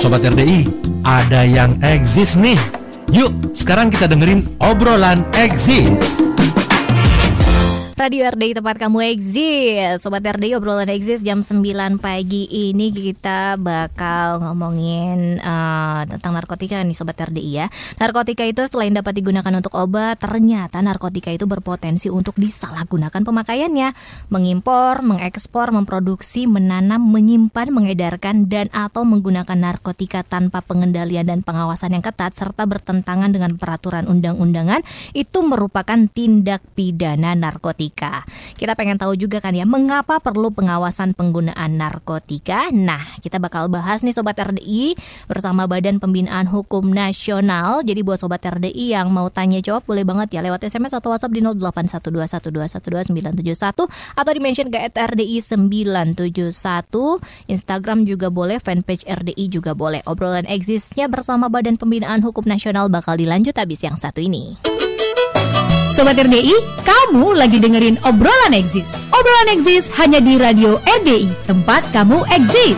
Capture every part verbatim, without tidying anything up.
Sobat R D I, ada yang eksis nih. Yuk, sekarang kita dengerin obrolan eksis. Radio R D I tempat kamu eksis. Sobat R D I, obrolan eksis jam sembilan pagi ini kita bakal ngomongin uh, tentang narkotika nih Sobat R D I ya. Narkotika itu selain dapat digunakan untuk obat, ternyata narkotika itu berpotensi untuk disalahgunakan pemakaiannya. Mengimpor, mengekspor, memproduksi, menanam, menyimpan, mengedarkan, dan atau menggunakan narkotika tanpa pengendalian dan pengawasan yang ketat serta bertentangan dengan peraturan undang-undangan itu merupakan tindak pidana narkotika. Kita pengen tahu juga kan ya, mengapa perlu pengawasan penggunaan narkotika? Nah, kita bakal bahas nih Sobat R D I bersama Badan Pembinaan Hukum Nasional. Jadi buat Sobat R D I yang mau tanya jawab boleh banget ya lewat S M S atau WhatsApp di nol delapan satu dua satu dua satu dua sembilan tujuh satu atau di mention ke et R D I sembilan tujuh satu. Instagram juga boleh, fanpage R D I juga boleh. Obrolan eksisnya bersama Badan Pembinaan Hukum Nasional bakal dilanjut habis yang satu ini. Sobat R D I, kamu lagi dengerin obrolan eksis. Obrolan eksis hanya di Radio R D I, tempat kamu eksis.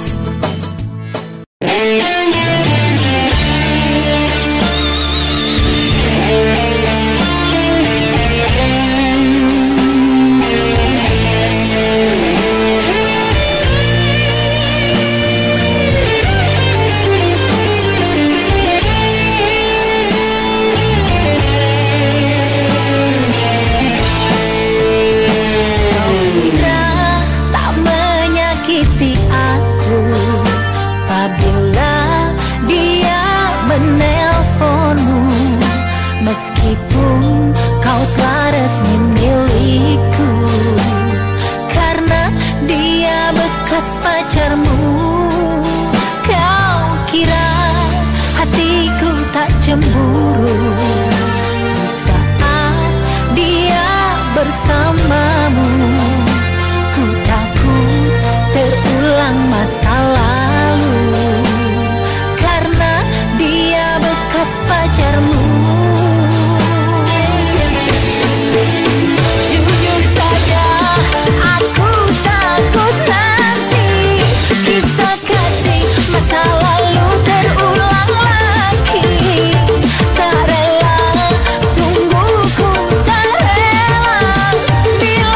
Meskipun kau telah resmi milikku, karena dia bekas pacarmu. Kau kira hatiku tak cemburu di saat dia bersamamu. Ku takut terulang masa lalu, karena dia bekas pacarmu. Bila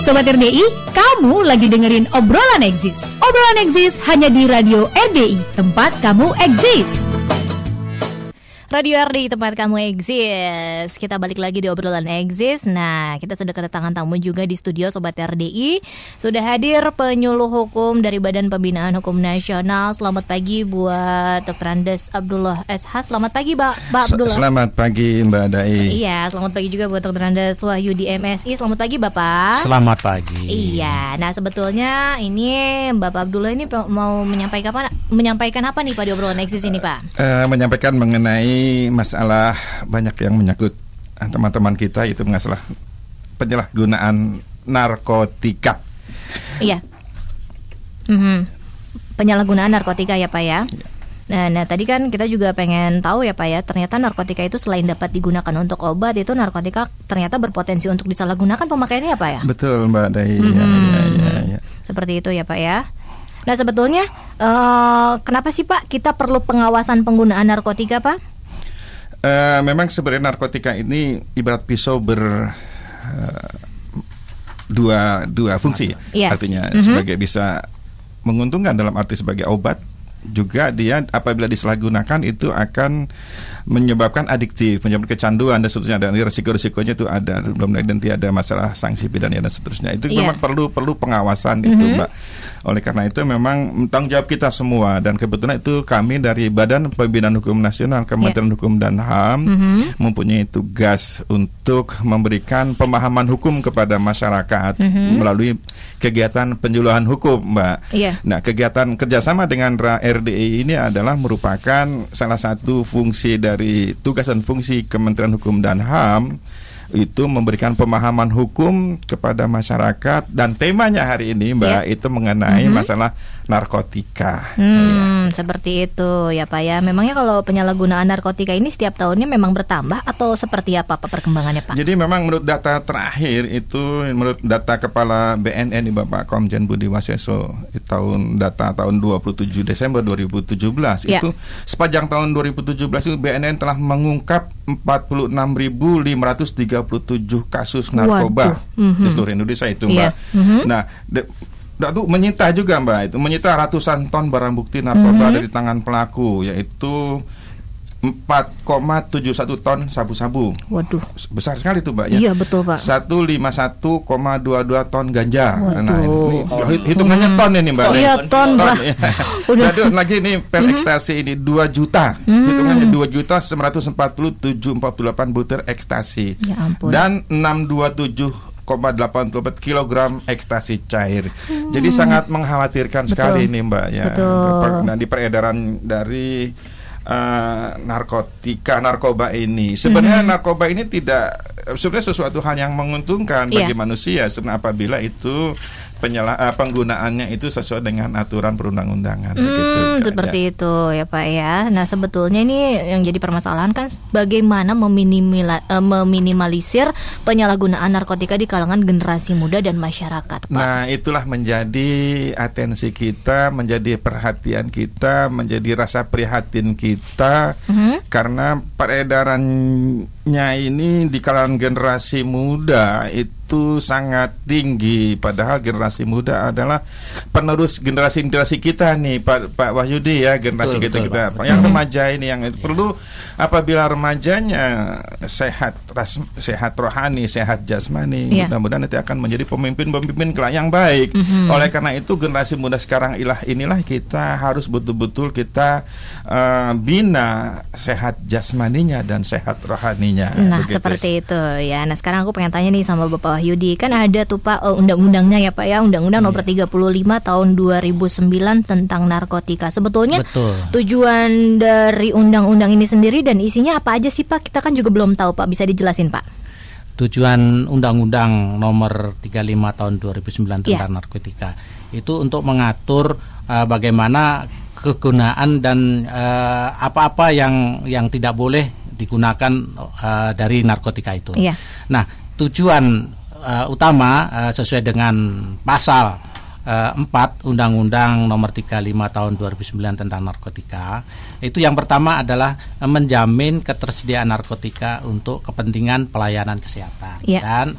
Sobat R D I, kamu lagi dengerin Obrolan Eksis. Obrolan Eksis hanya di Radio R D I, tempat kamu eksis. Radio R D I, tempat kamu eksis. Kita balik lagi di Obrolan Eksis. Nah, kita sudah kedatangan tamu juga di studio Sobat R D I. Sudah hadir penyuluh hukum dari Badan Pembinaan Hukum Nasional. Selamat pagi buat Doktor Andes Abdullah S H. Selamat pagi, Mbak, Mbak Abdullah. Selamat pagi, Mbak Dai. Iya, selamat pagi juga buat Doktor Andes Wahyudi M Si. Selamat pagi, Bapak. Selamat pagi. Iya, nah sebetulnya ini Bapak Abdullah ini mau menyampaikan apa, menyampaikan apa nih Pak di Obrolan Eksis ini, Pak? Uh, menyampaikan mengenai masalah banyak yang menyangkut teman-teman kita, itu masalah penyalahgunaan narkotika. Iya. Mm-hmm. Penyalahgunaan narkotika ya, Pak ya. Nah, nah tadi kan kita juga pengen tahu ya, Pak ya, ternyata narkotika itu selain dapat digunakan untuk obat, itu narkotika ternyata berpotensi untuk disalahgunakan pemakaiannya ya, Pak ya. Betul, Mbak Dai. Mm-hmm. Ya, ya, ya. Seperti itu ya, Pak ya. Nah sebetulnya uh, kenapa sih, Pak, kita perlu pengawasan penggunaan narkotika, Pak? Uh, memang sebenarnya narkotika ini ibarat pisau ber uh, dua dua fungsi, yeah. Artinya mm-hmm. sebagai bisa menguntungkan dalam arti sebagai obat, juga dia apabila disalahgunakan itu akan menyebabkan adiktif, menyebabkan kecanduan dan seterusnya, dan risiko-risikonya itu ada, belum lagi nanti ada masalah sanksi pidana dan seterusnya. Itu yeah. memang perlu perlu pengawasan mm-hmm. itu, Mbak. Oleh karena itu memang tanggung jawab kita semua, dan kebetulan itu kami dari Badan Pembinaan Hukum Nasional, Kementerian yeah. Hukum dan H A M mm-hmm. mempunyai tugas untuk memberikan pemahaman hukum kepada masyarakat mm-hmm. melalui kegiatan penyuluhan hukum, Mbak. Yeah. Nah, kegiatan kerjasama dengan R D I ini adalah merupakan salah satu fungsi dari tugas dan fungsi Kementerian Hukum dan H A M, itu memberikan pemahaman hukum kepada masyarakat, dan temanya hari ini, Mbak, yeah. itu mengenai mm-hmm. masalah narkotika. Hmm, ya. Seperti itu ya, Pak ya. Memangnya kalau penyalahgunaan narkotika ini setiap tahunnya memang bertambah atau seperti apa, Pak, perkembangannya, Pak? Jadi memang menurut data terakhir itu, menurut data Kepala B N N Bapak Komjen Budi Waseso, tahun data tahun dua puluh tujuh Desember dua ribu tujuh belas yeah. itu sepanjang tahun dua ribu tujuh belas itu B N N telah mengungkap empat puluh enam ribu lima ratus tiga puluh tujuh kasus narkoba mm-hmm. di seluruh Indonesia itu, Mbak. Yeah. Mm-hmm. Nah, de- itu menyita juga, Mbak, itu menyita ratusan ton barang bukti narkoba mm-hmm. dari tangan pelaku, yaitu empat koma tujuh satu ton sabu-sabu. Waduh, besar sekali tuh, Mbak ya. Iya, betul, Pak. seratus lima puluh satu koma dua dua ton ganja. Waduh. Nah, ini hitungannya hmm. ton ini, Mbak. Oh, iya, ton, Mbak. Udah. Nah, lagi ini pel mm-hmm. ekstasi ini dua juta. Mm. Hitungannya dua juta sembilan ratus empat puluh tujuh koma empat puluh delapan butir ekstasi. Ya ampun. Dan enam ratus dua puluh tujuh koma delapan puluh empat kilogram ekstasi cair. Hmm. Jadi sangat mengkhawatirkan Betul. sekali ini, Mbak ya. Betul. Nah, di peredaran dari Uh, narkotika, narkoba ini sebenarnya mm-hmm. narkoba ini tidak sebenarnya sesuatu hal yang menguntungkan yeah. bagi manusia sebenarnya apabila itu penyalah uh, penggunaannya itu sesuai dengan aturan perundang-undangan. Hmm, begitu, seperti ya. itu ya, Pak ya. Nah sebetulnya ini yang jadi permasalahan kan bagaimana meminimila, uh, meminimalisir penyalahgunaan narkotika di kalangan generasi muda dan masyarakat, Pak. Nah itulah menjadi atensi kita, menjadi perhatian kita, menjadi rasa prihatin kita mm-hmm. karena peredarannya ini di kalangan generasi muda itu itu sangat tinggi, padahal generasi muda adalah penerus generasi-generasi kita nih, Pak Pak Wahyudi ya, generasi betul, kita betul, kita Pak. Yang remaja ini yang ya. perlu apabila remajanya sehat ras, sehat rohani, sehat jasmani, ya. mudah-mudahan nanti akan menjadi pemimpin-pemimpin kelak yang baik. Mm-hmm. Oleh karena itu generasi muda sekarang ilah inilah kita harus betul-betul kita uh, bina sehat jasmaninya dan sehat rohaninya. Nah, begitu. Seperti itu ya. Nah, sekarang aku pengen tanya nih sama Bapak Wahyudi, kan ada tuh Pak uh, undang-undangnya ya Pak ya, Undang-Undang Nomor tiga puluh lima Tahun dua ribu sembilan tentang narkotika. Sebetulnya Betul. tujuan dari undang-undang ini sendiri dan isinya apa aja sih, Pak? Kita kan juga belum tahu, Pak. Bisa dijelasin, Pak? Tujuan Undang-Undang Nomor tiga puluh lima Tahun dua ribu sembilan tentang yeah. narkotika itu untuk mengatur uh, bagaimana kegunaan dan uh, apa-apa yang yang tidak boleh digunakan uh, dari narkotika itu. Yeah. Nah, tujuan uh, utama uh, sesuai dengan pasal uh, empat Undang-Undang Nomor tiga puluh lima Tahun dua ribu sembilan tentang narkotika, itu yang pertama adalah uh, menjamin ketersediaan narkotika untuk kepentingan pelayanan kesehatan. Yeah. Dan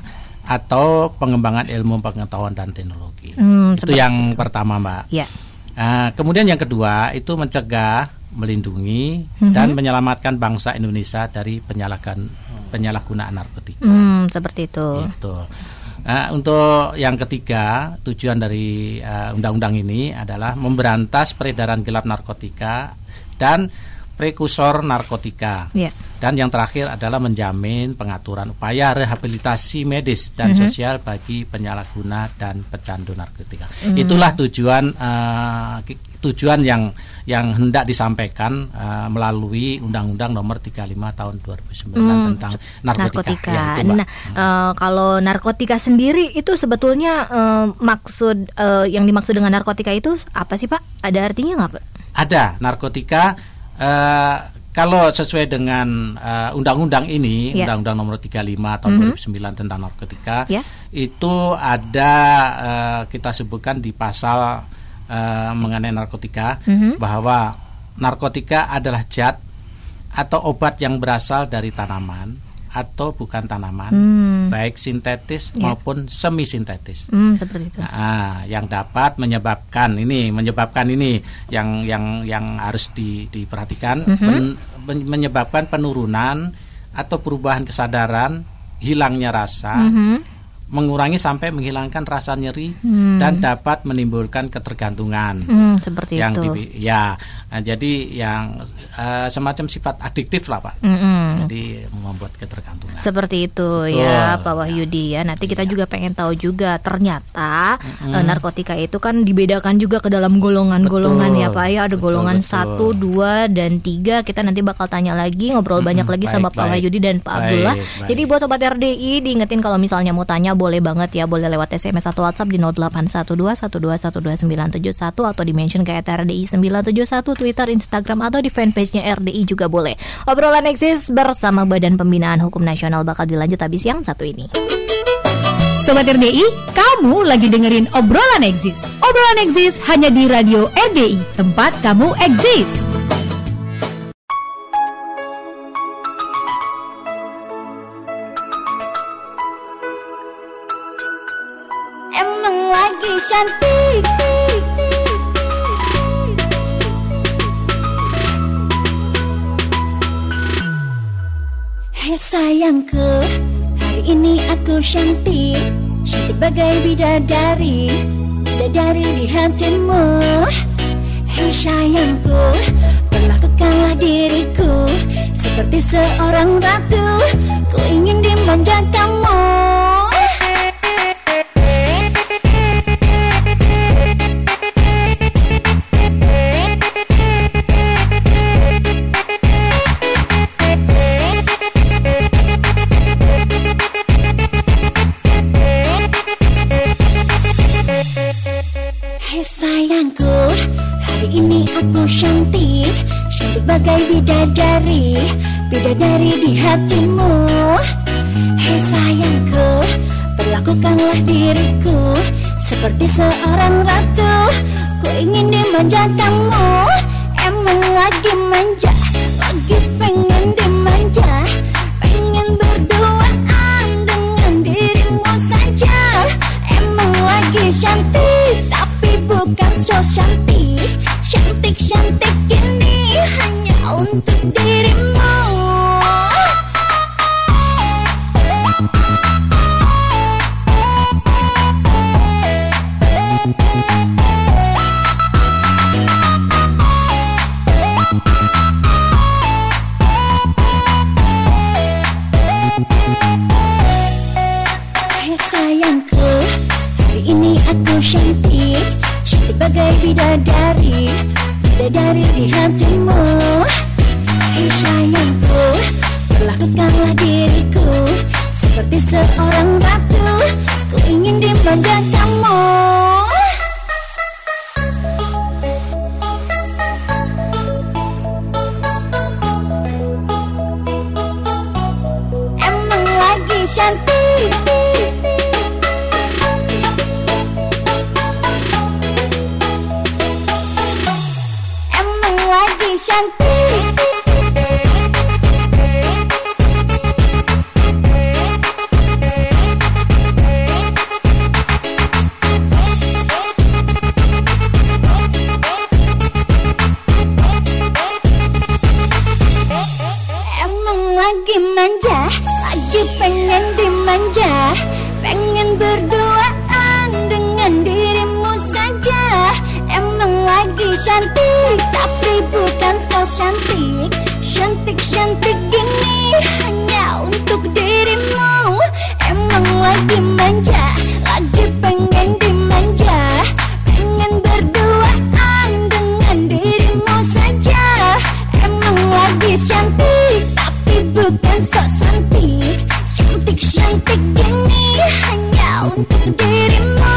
atau pengembangan ilmu pengetahuan dan teknologi. Hmm, itu yang itu. pertama, Mbak. Ya. Uh, kemudian yang kedua itu mencegah, melindungi mm-hmm. dan menyelamatkan bangsa Indonesia dari penyalahgunaan penyalahgunaan narkotika. Hmm, seperti itu. Betul. Nah, untuk yang ketiga, tujuan dari uh, undang-undang ini adalah memberantas peredaran gelap narkotika dan prekursor narkotika. Yeah. Dan yang terakhir adalah menjamin pengaturan upaya rehabilitasi medis dan mm-hmm. sosial bagi penyalahguna dan pecandu narkotika. Mm. Itulah tujuan uh, tujuan yang yang hendak disampaikan uh, melalui Undang-Undang Nomor tiga puluh lima Tahun dua ribu sembilan hmm, tentang narkotika. narkotika. Ya, itu, nah, uh, kalau narkotika sendiri itu sebetulnya uh, maksud uh, yang dimaksud dengan narkotika itu apa sih, Pak? Ada artinya nggak, Pak? Ada. Narkotika uh, kalau sesuai dengan uh, undang-undang ini, yeah. Undang-Undang Nomor tiga puluh lima Tahun mm-hmm. dua ribu sembilan tentang narkotika, yeah. itu ada uh, kita sebutkan di pasal Uh, mengenai narkotika mm-hmm. bahwa narkotika adalah zat atau obat yang berasal dari tanaman atau bukan tanaman, mm. baik sintetis yeah. maupun semi sintetis. Mm, seperti itu. Nah, yang dapat menyebabkan ini, menyebabkan ini yang yang yang harus di, diperhatikan, mm-hmm. men, menyebabkan penurunan atau perubahan kesadaran, hilangnya rasa. Mm-hmm. mengurangi sampai menghilangkan rasa nyeri hmm. dan dapat menimbulkan ketergantungan. Hmm, seperti yang itu. Di, ya, nah, jadi yang uh, semacam sifat adiktif lah, Pak. Hmm. Jadi membuat ketergantungan. Seperti itu. Betul. Ya, Pak Wahyudi ya. Nanti kita ya. juga pengen tahu juga ternyata hmm. uh, narkotika itu kan dibedakan juga ke dalam golongan-golongan ya, Pak. Ya, ada golongan satu, dua dan tiga. Kita nanti bakal tanya lagi, ngobrol hmm, banyak lagi baik, sama Pak Wahyudi dan Pak baik, Abdullah. Baik. Jadi buat sobat R D I diingetin kalau misalnya mau tanya boleh banget ya, boleh lewat S M S atau WhatsApp di nol delapan satu dua satu dua satu dua sembilan tujuh satu atau di mention ke et R D I sembilan tujuh satu Twitter, Instagram atau di fanpage-nya R D I juga boleh. Obrolan Eksis bersama Badan Pembinaan Hukum Nasional bakal dilanjut habis yang satu ini. Sobat R D I, kamu lagi dengerin Obrolan Eksis. Obrolan Eksis hanya di Radio R D I, tempat kamu eksis. Cantik, hei sayangku, hari ini aku cantik, cantik bagai bidadari, bidadari di hatimu. Hei sayangku, perlakukanlah diriku seperti seorang ratu, ku ingin dimanja kamu. Sayangku, hari ini aku cantik, cantik bagai bidadari, bidadari di hatimu. Hei sayangku, perlakukanlah diriku seperti seorang ratu, ku ingin dimanja kamu. Emang lagi manja, lagi pengen dimanja, pengen berduaan dengan dirimu saja. Emang lagi cantik, bukan so cantik, cantik-cantik ini hanya untuk dirimu. Hei sayangku, hari ini aku cantik, cantik bagai bidadari, bidadari di hatimu. Hei sayangku, perlakukanlah diriku seperti seorang ratu, ku ingin dimanja kamu. Emang lagi cantik, cantik. untuk dirimu.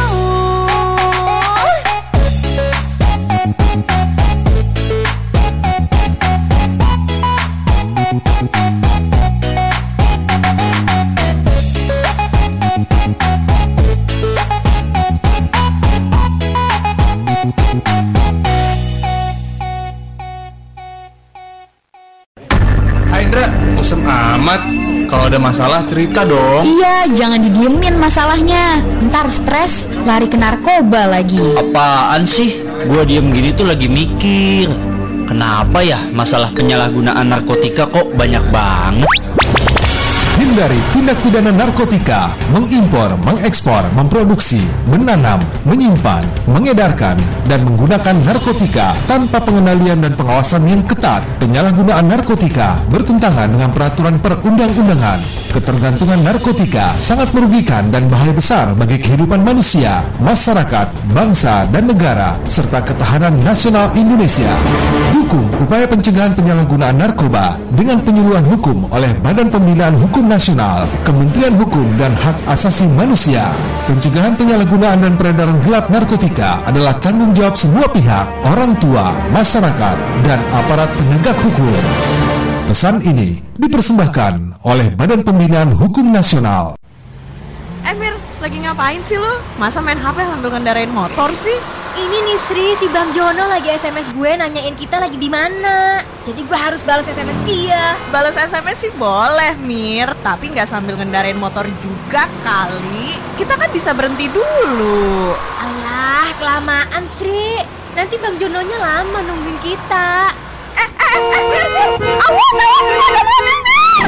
Indra, kusem amat. Kalau ada masalah cerita dong. Iya, jangan didiemin masalahnya. Ntar stres, lari ke narkoba lagi. Apaan sih? Gua diem gini tuh lagi mikir. Kenapa ya masalah penyalahgunaan narkotika kok banyak banget? Hindari tindak pidana narkotika, mengimpor, mengekspor, memproduksi, menanam, menyimpan, mengedarkan, dan menggunakan narkotika tanpa pengendalian dan pengawasan yang ketat. Penyalahgunaan narkotika bertentangan dengan peraturan perundang-undangan. Ketergantungan narkotika sangat merugikan dan bahaya besar bagi kehidupan manusia, masyarakat, bangsa, dan negara, serta ketahanan nasional Indonesia. Dukung upaya pencegahan penyalahgunaan narkoba dengan penyuluhan hukum oleh Badan Pembinaan Hukum Nasional, Kementerian Hukum dan Hak Asasi Manusia. Pencegahan penyalahgunaan dan peredaran gelap narkotika adalah tanggung jawab semua pihak, orang tua, masyarakat, dan aparat penegak hukum. Pesan ini dipersembahkan oleh Badan Pembinaan Hukum Nasional. Eh Mir, lagi ngapain sih lo? Masa main H P sambil ngendarain motor sih? Ini nih Sri, si Bang Jono lagi S M S gue nanyain kita lagi di mana. Jadi gue harus balas S M S dia. Balas S M S sih boleh Mir, tapi nggak sambil ngendarain motor juga kali. Kita kan bisa berhenti dulu. Alah, kelamaan Sri. Nanti Bang Jononya lama nungguin kita. Eh, eh, eh, Mir, Mir, awas, awas, ini ada mobil, Mir.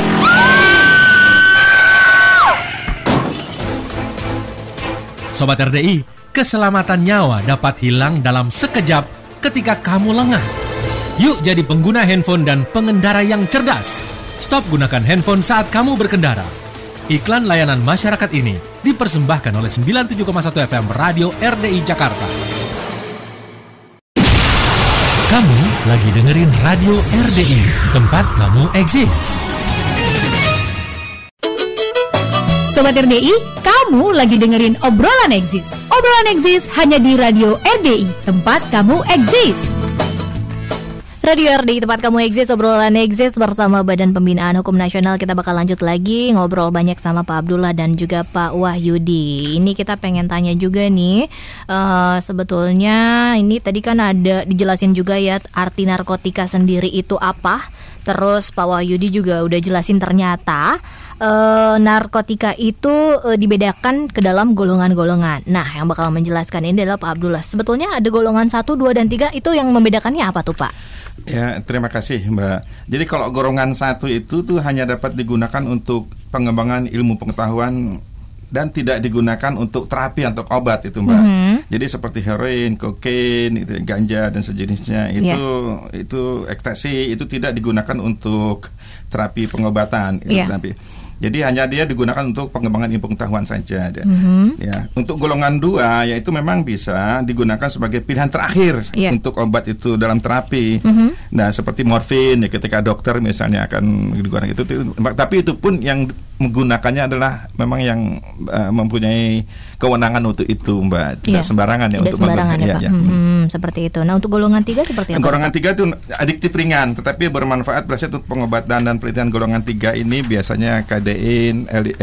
Sobat R D I, keselamatan nyawa dapat hilang dalam sekejap ketika kamu lengah. Yuk jadi pengguna handphone dan pengendara yang cerdas. Stop gunakan handphone saat kamu berkendara. Iklan layanan masyarakat ini dipersembahkan oleh sembilan puluh tujuh koma satu F M Radio R D I Jakarta. Kamu lagi dengerin Radio R D I, tempat kamu eksis. Sobat R D I, kamu lagi dengerin Obrolan Eksis. Obrolan Eksis hanya di Radio R D I, tempat kamu eksis. Radio R D I, tempat kamu eksis, obrolan eksis bersama Badan Pembinaan Hukum Nasional. Kita bakal lanjut lagi ngobrol banyak sama Pak Abdullah dan juga Pak Wahyudi. Ini kita pengen tanya juga nih, uh, sebetulnya ini tadi kan ada dijelasin juga ya arti narkotika sendiri itu apa. Terus Pak Wahyudi juga udah jelasin ternyata uh, narkotika itu uh, dibedakan ke dalam golongan-golongan. Nah, yang bakal menjelaskan ini adalah Pak Abdullah. Sebetulnya ada golongan satu, dua, dan tiga, itu yang membedakannya apa tuh Pak? Ya, terima kasih Mbak. Jadi kalau golongan satu itu tuh hanya dapat digunakan untuk pengembangan ilmu pengetahuan dan tidak digunakan untuk terapi atau obat itu Mbak. Mm-hmm. Jadi seperti heroin, kokain, itu, ganja dan sejenisnya itu yeah. itu ekstasi itu tidak digunakan untuk terapi pengobatan itu yeah. terapi. Jadi hanya dia digunakan untuk pengembangan ilmu pengetahuan saja. Mm-hmm. Ya, untuk golongan dua yaitu memang bisa digunakan sebagai pilihan terakhir yeah. untuk obat itu dalam terapi. Mm-hmm. Nah, seperti morfin ya ketika dokter misalnya akan digunakan itu, itu tapi itu pun yang menggunakannya adalah memang yang uh, mempunyai kewenangan untuk itu Mbak. Tidak yeah. sembarangan ya Tidak untuk sembarangan ya, Pak. Ya. Hmm, seperti itu. Nah, untuk golongan tiga seperti apa? Golongan tiga itu adiktif ringan tetapi bermanfaat biasanya untuk pengobatan dan penelitian golongan tiga ini biasanya kadein,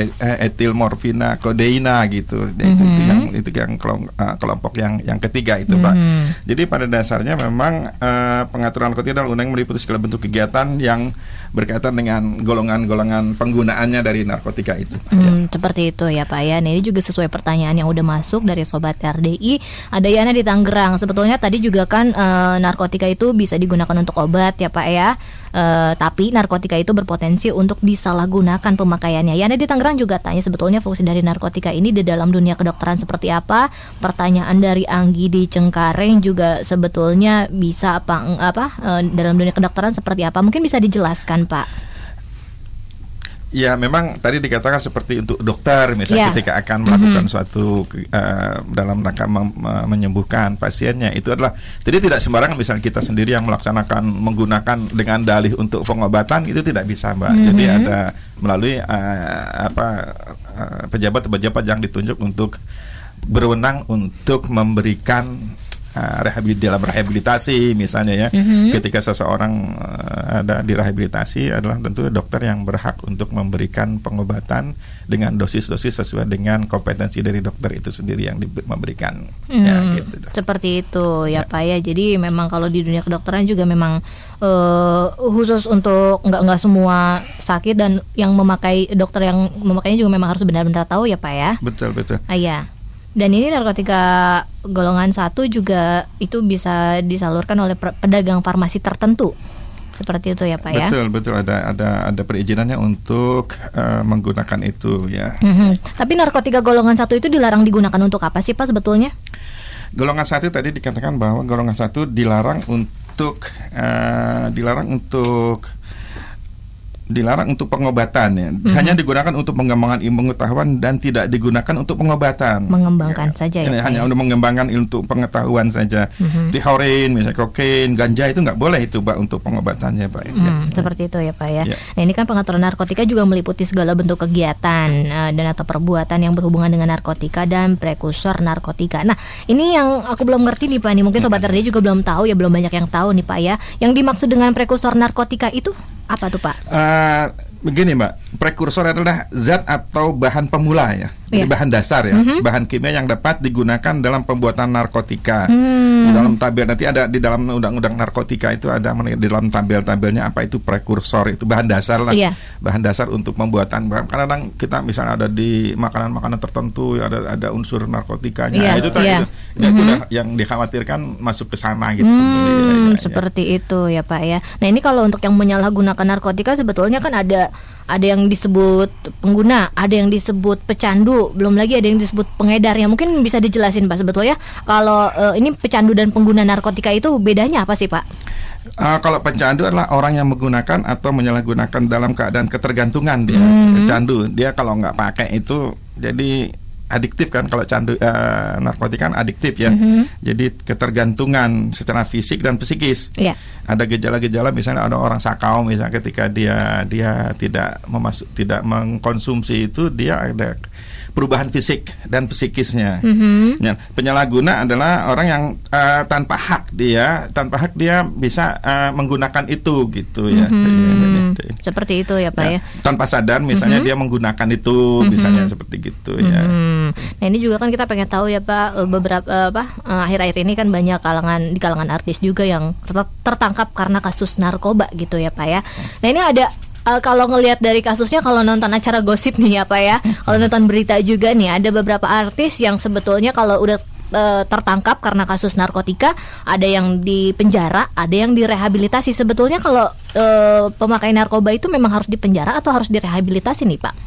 etil morfina, kodeina gitu. Mm-hmm. Itu, itu yang itu yang kelompok yang yang ketiga itu, Pak. Mm-hmm. Jadi pada dasarnya memang uh, pengaturan narkotika dalam undang meliputi segala bentuk kegiatan yang berkaitan dengan golongan-golongan penggunaannya dari narkotika itu. Hmm, ya. Seperti itu ya Pak ya. Nah, ini juga sesuai pertanyaan yang udah masuk dari Sobat R D I. Ada Yana di Tangerang. Sebetulnya tadi juga kan uh, narkotika itu bisa digunakan untuk obat ya Pak ya. Uh, tapi narkotika itu berpotensi untuk disalahgunakan pemakaiannya. Yana di Tangerang juga tanya sebetulnya fungsi dari narkotika ini di dalam dunia kedokteran seperti apa. Pertanyaan dari Anggi di Cengkareng juga sebetulnya bisa apa apa uh, dalam dunia kedokteran seperti apa? Mungkin bisa dijelaskan Pak. Ya memang tadi dikatakan seperti untuk dokter misalnya Yeah. ketika akan melakukan Mm-hmm. suatu uh, dalam rangka mem- menyembuhkan pasiennya, itu adalah jadi tidak sembarangan misalnya kita sendiri yang melaksanakan menggunakan dengan dalih untuk pengobatan, itu tidak bisa, Mbak. Mm-hmm. Jadi ada melalui uh, apa uh, pejabat-pejabat yang ditunjuk untuk berwenang untuk memberikan Uh, rehabil- dalam rehabilitasi misalnya ya, Mhm. ketika seseorang uh, ada direhabilitasi adalah tentu dokter yang berhak untuk memberikan pengobatan dengan dosis-dosis sesuai dengan kompetensi dari dokter itu sendiri yang di- memberikan. Ya, Hmm, gitu. seperti itu ya, Pak ya. Jadi memang kalau di dunia kedokteran juga memang eh, khusus untuk nggak nggak semua sakit, dan yang memakai dokter yang memakainya juga memang harus benar-benar tahu ya, Pak ya. Betul betul. Ah, ya. Dan ini narkotika golongan satu juga itu bisa disalurkan oleh per- pedagang farmasi tertentu. Seperti itu ya, Pak ya. Betul betul ada ada ada perizinannya untuk uh, menggunakan itu ya. Mhm. Tapi narkotika golongan satu itu dilarang digunakan untuk apa sih, Pak, sebetulnya? Golongan satu tadi dikatakan bahwa golongan satu dilarang untuk uh, dilarang untuk dilarang untuk pengobatan ya. Mhm. Hanya digunakan untuk pengembangan ilmu pengetahuan dan tidak digunakan untuk pengobatan. Mengembangkan saja ya, Ini Pak hanya ya? untuk mengembangkan untuk pengetahuan saja. Mhm. Heroin, misalnya kokain, ganja itu nggak boleh itu, Pak, untuk pengobatannya, Pak. Hmm, seperti itu ya, Pak ya. Ya. Nah, ini kan pengaturan narkotika juga meliputi segala bentuk kegiatan eh, dan atau perbuatan yang berhubungan dengan narkotika dan prekursor narkotika. Nah, ini yang aku belum ngerti nih, Pak. Nih mungkin sobat R D juga belum tahu ya, belum banyak yang tahu nih, Pak ya. Yang dimaksud dengan prekursor narkotika itu apa tuh, Pak? Uh, begini, Mbak, prekursor adalah zat atau bahan pemula ya, jadi Iya. bahan dasar ya, Mhm. bahan kimia yang dapat digunakan dalam pembuatan narkotika. Hmm. Di dalam tabel nanti ada di dalam undang-undang narkotika itu ada men- di dalam tabel-tabelnya apa itu prekursor, itu bahan dasar lah, Iya. bahan dasar untuk pembuatan. Kadang-kadang kita misalnya ada di makanan-makanan tertentu ya, ada ada unsur narkotikanya. Iya, Nah, itu tadi iya. itu, itu Mhm. udah yang dikhawatirkan masuk ke sana gitu. Hmm, Iya, iya, iya. seperti itu ya, Pak ya. Nah, ini kalau untuk yang menyalahgunakan narkotika sebetulnya kan ada ada yang disebut pengguna, ada yang disebut pecandu, belum lagi ada yang disebut pengedarnya. Mungkin bisa dijelasin, Pak, sebetulnya kalau eh, ini pecandu dan pengguna narkotika itu bedanya apa sih, Pak? Uh, kalau pecandu adalah orang yang menggunakan atau menyalahgunakan dalam keadaan ketergantungan dia. Mhm. Pecandu dia kalau nggak pakai itu jadi adiktif kan, kalau candu uh, narkotika kan adiktif ya. Mhm. Jadi ketergantungan secara fisik dan psikis. Iya. Ada gejala-gejala misalnya ada orang sakau misalnya ketika dia dia tidak memasuk tidak mengkonsumsi itu, dia ada perubahan fisik dan psikisnya. Mhm. Ya, penyalahguna adalah orang yang uh, tanpa hak dia, tanpa hak dia bisa uh, menggunakan itu gitu ya. Mhm. Seperti itu ya, Pak ya. Tanpa sadar misalnya Mhm. dia menggunakan itu, Mhm. misalnya seperti gitu ya. Hmm. Nah, ini juga kan kita pengen tahu ya, Pak, eh, beberapa eh, apa eh, akhir-akhir ini kan banyak kalangan di kalangan artis juga yang ter- tertangkap karena kasus narkoba gitu ya, Pak ya. Nah, ini ada eh, kalau ngelihat dari kasusnya, kalau nonton acara gosip nih ya, Pak ya, kalau nonton berita juga nih, ada beberapa artis yang sebetulnya kalau udah eh, tertangkap karena kasus narkotika, ada yang di penjara, ada yang direhabilitasi. Sebetulnya kalau eh, pemakai narkoba itu memang harus dipenjara atau harus direhabilitasi nih, Pak?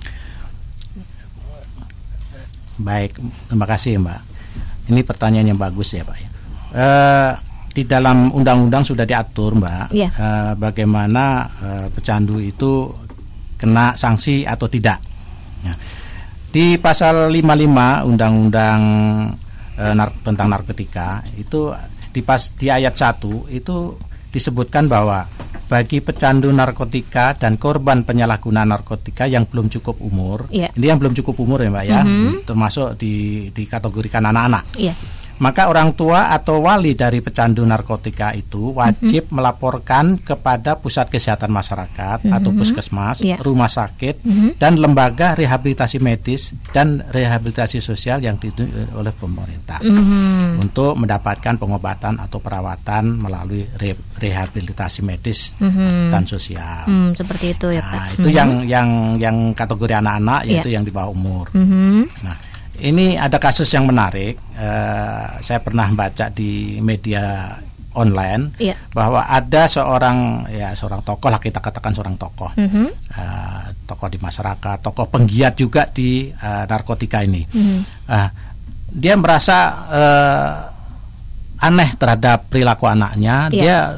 Baik, terima kasih, Mbak. Ini pertanyaan yang bagus ya, Pak ya. Eh, di dalam undang-undang sudah diatur, Mbak, Iya. eh, bagaimana eh, pecandu itu kena sanksi atau tidak. Ya. Di pasal lima puluh lima Undang-Undang eh, nar- tentang narkotika itu di pas di ayat satu itu disebutkan bahwa bagi pecandu narkotika dan korban penyalahgunaan narkotika yang belum cukup umur, Iya. ini yang belum cukup umur ya, Mbak ya, Mhm. termasuk di dikategorikan anak-anak. Iya. Maka orang tua atau wali dari pecandu narkotika itu wajib melaporkan kepada pusat kesehatan masyarakat Mhm. atau puskesmas, Iya. rumah sakit, Mhm. dan lembaga rehabilitasi medis dan rehabilitasi sosial yang ditunjuk oleh pemerintah Mhm. untuk mendapatkan pengobatan atau perawatan melalui re- rehabilitasi medis Mhm. dan sosial. Hmm, seperti itu ya, Nah, Pak. itu Mhm. yang yang yang kategori anak-anak, yaitu Iya. yang di bawah umur. Mhm. Nah, ini ada kasus yang menarik. Eh, saya pernah baca di media online Iya. bahwa ada seorang ya seorang tokoh lah, kita katakan seorang tokoh, Mhm. eh, tokoh di masyarakat, tokoh penggiat juga di eh, narkotika ini. Mhm. Eh, dia merasa eh, aneh terhadap perilaku anaknya. Iya. Dia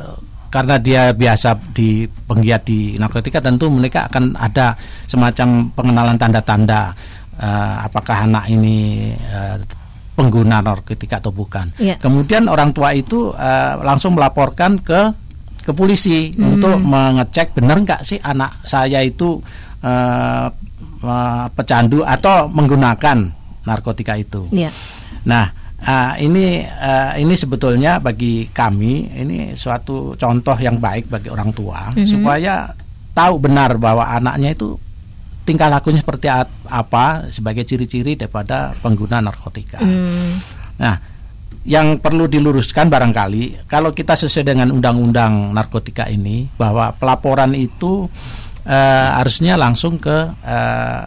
karena dia biasa di penggiat di narkotika, tentu mereka akan ada semacam pengenalan tanda-tanda uh, apakah anak ini uh, pengguna narkotika atau bukan. Yeah. Kemudian orang tua itu uh, langsung melaporkan ke ke polisi hmm. untuk mengecek benar nggak sih anak saya itu uh, uh, pecandu atau menggunakan narkotika itu. Yeah. Nah, uh, ini uh, ini sebetulnya bagi kami ini suatu contoh yang baik bagi orang tua mm-hmm. supaya tahu benar bahwa anaknya itu tingkah lakunya seperti apa sebagai ciri-ciri daripada pengguna narkotika. Mm. Nah, yang perlu diluruskan barangkali kalau kita sesuai dengan undang-undang narkotika ini bahwa pelaporan itu uh, harusnya langsung ke uh,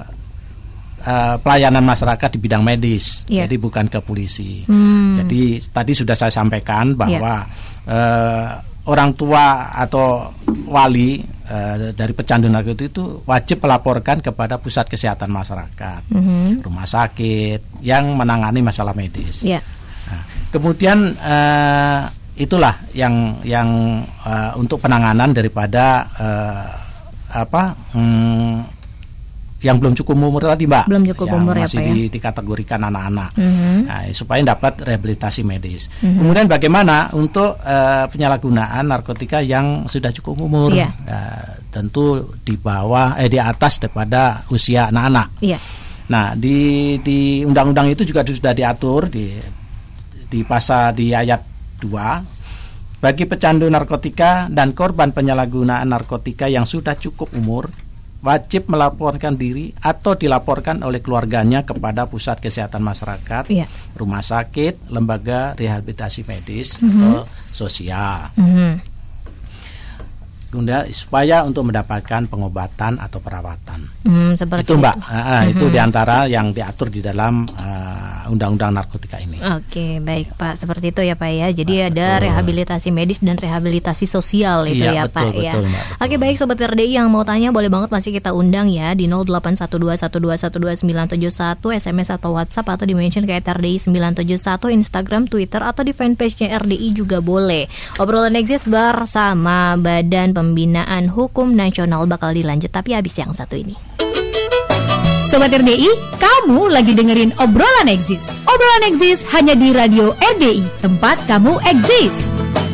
uh, pelayanan masyarakat di bidang medis, yeah. jadi bukan ke polisi. Mm. Jadi tadi sudah saya sampaikan bahwa yeah. uh, orang tua atau wali uh, dari pecandu narkotika itu wajib melaporkan kepada pusat kesehatan masyarakat, mm-hmm. rumah sakit yang menangani masalah medis. Yeah. Nah, kemudian uh, itulah yang yang uh, untuk penanganan daripada uh, apa um, yang belum cukup umur tadi, Mbak, belum cukup yang umur masih ya, Pak, di, ya? dikategorikan anak-anak, mm-hmm. nah, supaya dapat rehabilitasi medis. Mm-hmm. Kemudian bagaimana untuk uh, penyalahgunaan narkotika yang sudah cukup umur, yeah. uh, tentu di bawah eh di atas daripada usia anak-anak. Yeah. Nah, di di undang-undang itu juga sudah diatur di di pasal di ayat dua, bagi pecandu narkotika dan korban penyalahgunaan narkotika yang sudah cukup umur wajib melaporkan diri atau dilaporkan oleh keluarganya kepada pusat kesehatan masyarakat, yeah. rumah sakit, lembaga rehabilitasi medis, mm-hmm. atau sosial. Mm-hmm. Kemudian supaya untuk mendapatkan pengobatan atau perawatan. Hmm, seperti itu, Mbak. Itu, uh, mm-hmm. itu diantara yang diatur di dalam uh, undang-undang narkotika ini. Oke, baik Pak. Seperti itu ya Pak ya. Jadi nah, ada betul. rehabilitasi medis dan rehabilitasi sosial itu iya, ya betul, Pak betul, ya. Mbak, betul. Oke, baik Sobat R D I yang mau tanya boleh banget masih kita undang ya di nol delapan satu dua satu dua satu dua sembilan tujuh satu, S M S atau WhatsApp atau di mention ke R D I sembilan tujuh satu, Instagram, Twitter atau di fanpage-nya R D I juga boleh. Obrolan Exist bersama Badan Pembinaan Hukum Nasional bakal dilanjut tapi habis yang satu ini. Sobat R D I, kamu lagi dengerin Obrolan Exist. Obrolan Exist hanya di Radio R D I, tempat kamu exist.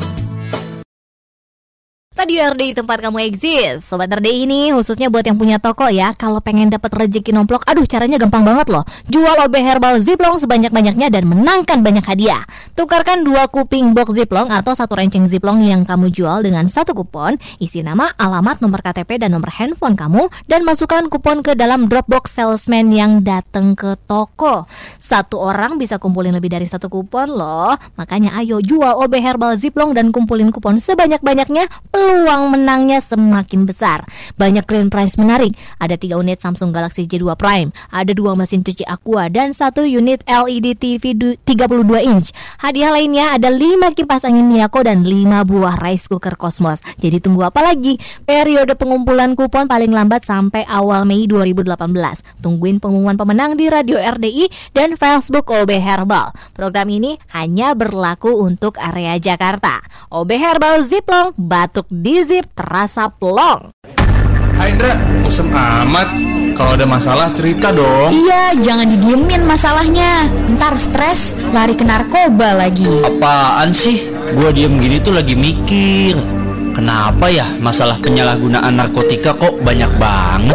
Radio R D I tempat kamu exist. Sobat R D I ini khususnya buat yang punya toko ya. Kalau pengen dapat rezeki nomplok, aduh caranya gampang banget loh. Jual O B Herbal Ziplock sebanyak-banyaknya dan menangkan banyak hadiah. Tukarkan dua kuping box Ziplock atau satu renceng Ziplock yang kamu jual dengan satu kupon. Isi nama, alamat, nomor K T P dan nomor handphone kamu dan masukkan kupon ke dalam Dropbox salesman yang datang ke toko. Satu orang bisa kumpulin lebih dari satu kupon loh. Makanya ayo jual O B Herbal Ziplock dan kumpulin kupon sebanyak-banyaknya. Peluang menangnya semakin besar. Banyak grand prize menarik. Ada tiga unit Samsung Galaxy J dua Prime, ada dua mesin cuci Aqua dan satu unit L E D T V tiga puluh dua inch. Hadiah lainnya ada lima kipas angin Miyako dan lima buah rice cooker Cosmos. Jadi tunggu apa lagi? Periode pengumpulan kupon paling lambat sampai awal Mei dua ribu delapan belas. Tungguin pengumuman pemenang di Radio R D I dan Facebook O B Herbal. Program ini hanya berlaku untuk area Jakarta. O B Herbal Ziplock, batuk di zip terasa plong. Hai Indra, kusem amat. Kalau ada masalah cerita dong. Iya, jangan didiemin masalahnya. Ntar stres, lari ke narkoba lagi. Apaan sih? Gua diem gini tuh lagi mikir. Kenapa ya masalah penyalahgunaan narkotika kok banyak banget?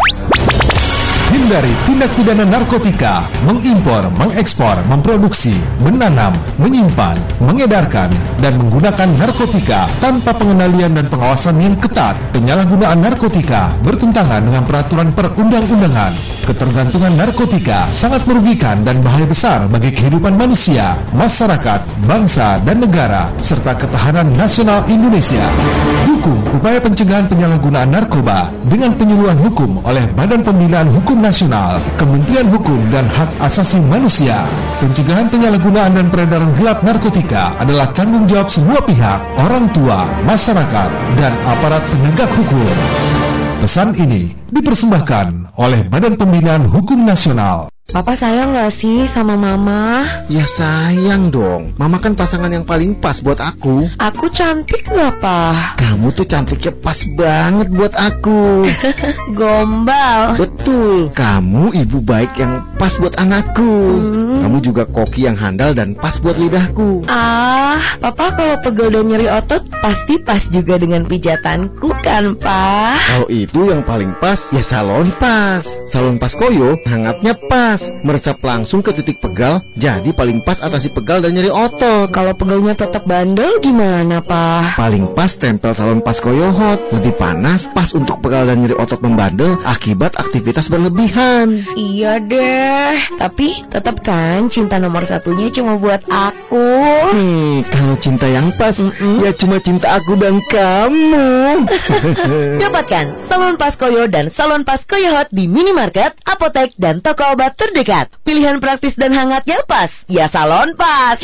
Hindari tindak pidana narkotika, mengimpor, mengekspor, memproduksi, menanam, menyimpan, mengedarkan, dan menggunakan narkotika tanpa pengendalian dan pengawasan yang ketat. Penyalahgunaan narkotika bertentangan dengan peraturan perundang-undangan. Ketergantungan narkotika sangat merugikan dan bahaya besar bagi kehidupan manusia, masyarakat, bangsa, dan negara, serta ketahanan nasional Indonesia. Dukung upaya pencegahan penyalahgunaan narkoba dengan penyuluhan hukum oleh Badan Pembinaan Hukum Nasional, Kementerian Hukum dan Hak Asasi Manusia. Pencegahan penyalahgunaan dan peredaran gelap narkotika adalah tanggung jawab semua pihak, orang tua, masyarakat, dan aparat penegak hukum. Pesan ini dipersembahkan oleh Badan Pembinaan Hukum Nasional. Papa sayang gak sih sama Mama? Ya sayang dong. Mama kan pasangan yang paling pas buat aku. Aku cantik gak, Pa? Kamu tuh cantiknya pas banget buat aku. Gombal. Betul. Kamu ibu baik yang pas buat anakku. hmm. Kamu juga koki yang handal dan pas buat lidahku. Ah, Papa kalau pegel dan nyeri otot pasti pas juga dengan pijatanku kan, Pa? Kalau itu yang paling pas ya Salon Pas. Salon Pas Koyo hangatnya pas, meresap langsung ke titik pegal, jadi paling pas atasi pegal dan nyeri otot. Kalau pegalnya tetap bandel gimana, Pa? Paling pas tempel Salon Pas Koyo Hot. Lebih panas, pas untuk pegal dan nyeri otot membandel akibat aktivitas berlebihan. Iya deh, tapi tetap kan cinta nomor satunya cuma buat aku. Hmm, kalau cinta yang pas, mm-mm. ya cuma cinta aku dan kamu. Dapatkan Salon Pas Koyo dan Salon Pas Koyo Hot di minimarket, apotek, dan toko obat terdekat. Pilihan praktis dan hangatnya pas, ya Salon Pas.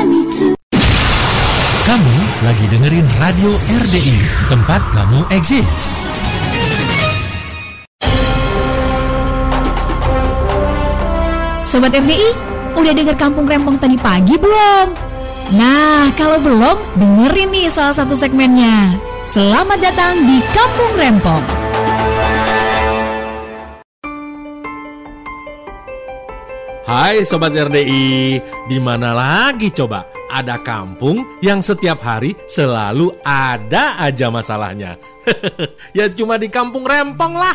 Kamu lagi dengerin Radio R D I, tempat kamu eksis. Sobat R D I, udah denger Kampung Rempong tadi pagi belum? Nah, kalau belum, dengerin nih salah satu segmennya. Selamat datang di Kampung Rempong. Hai Sobat R D I, di mana lagi coba? Ada kampung yang setiap hari selalu ada aja masalahnya. Ya cuma di Kampung Rempong lah.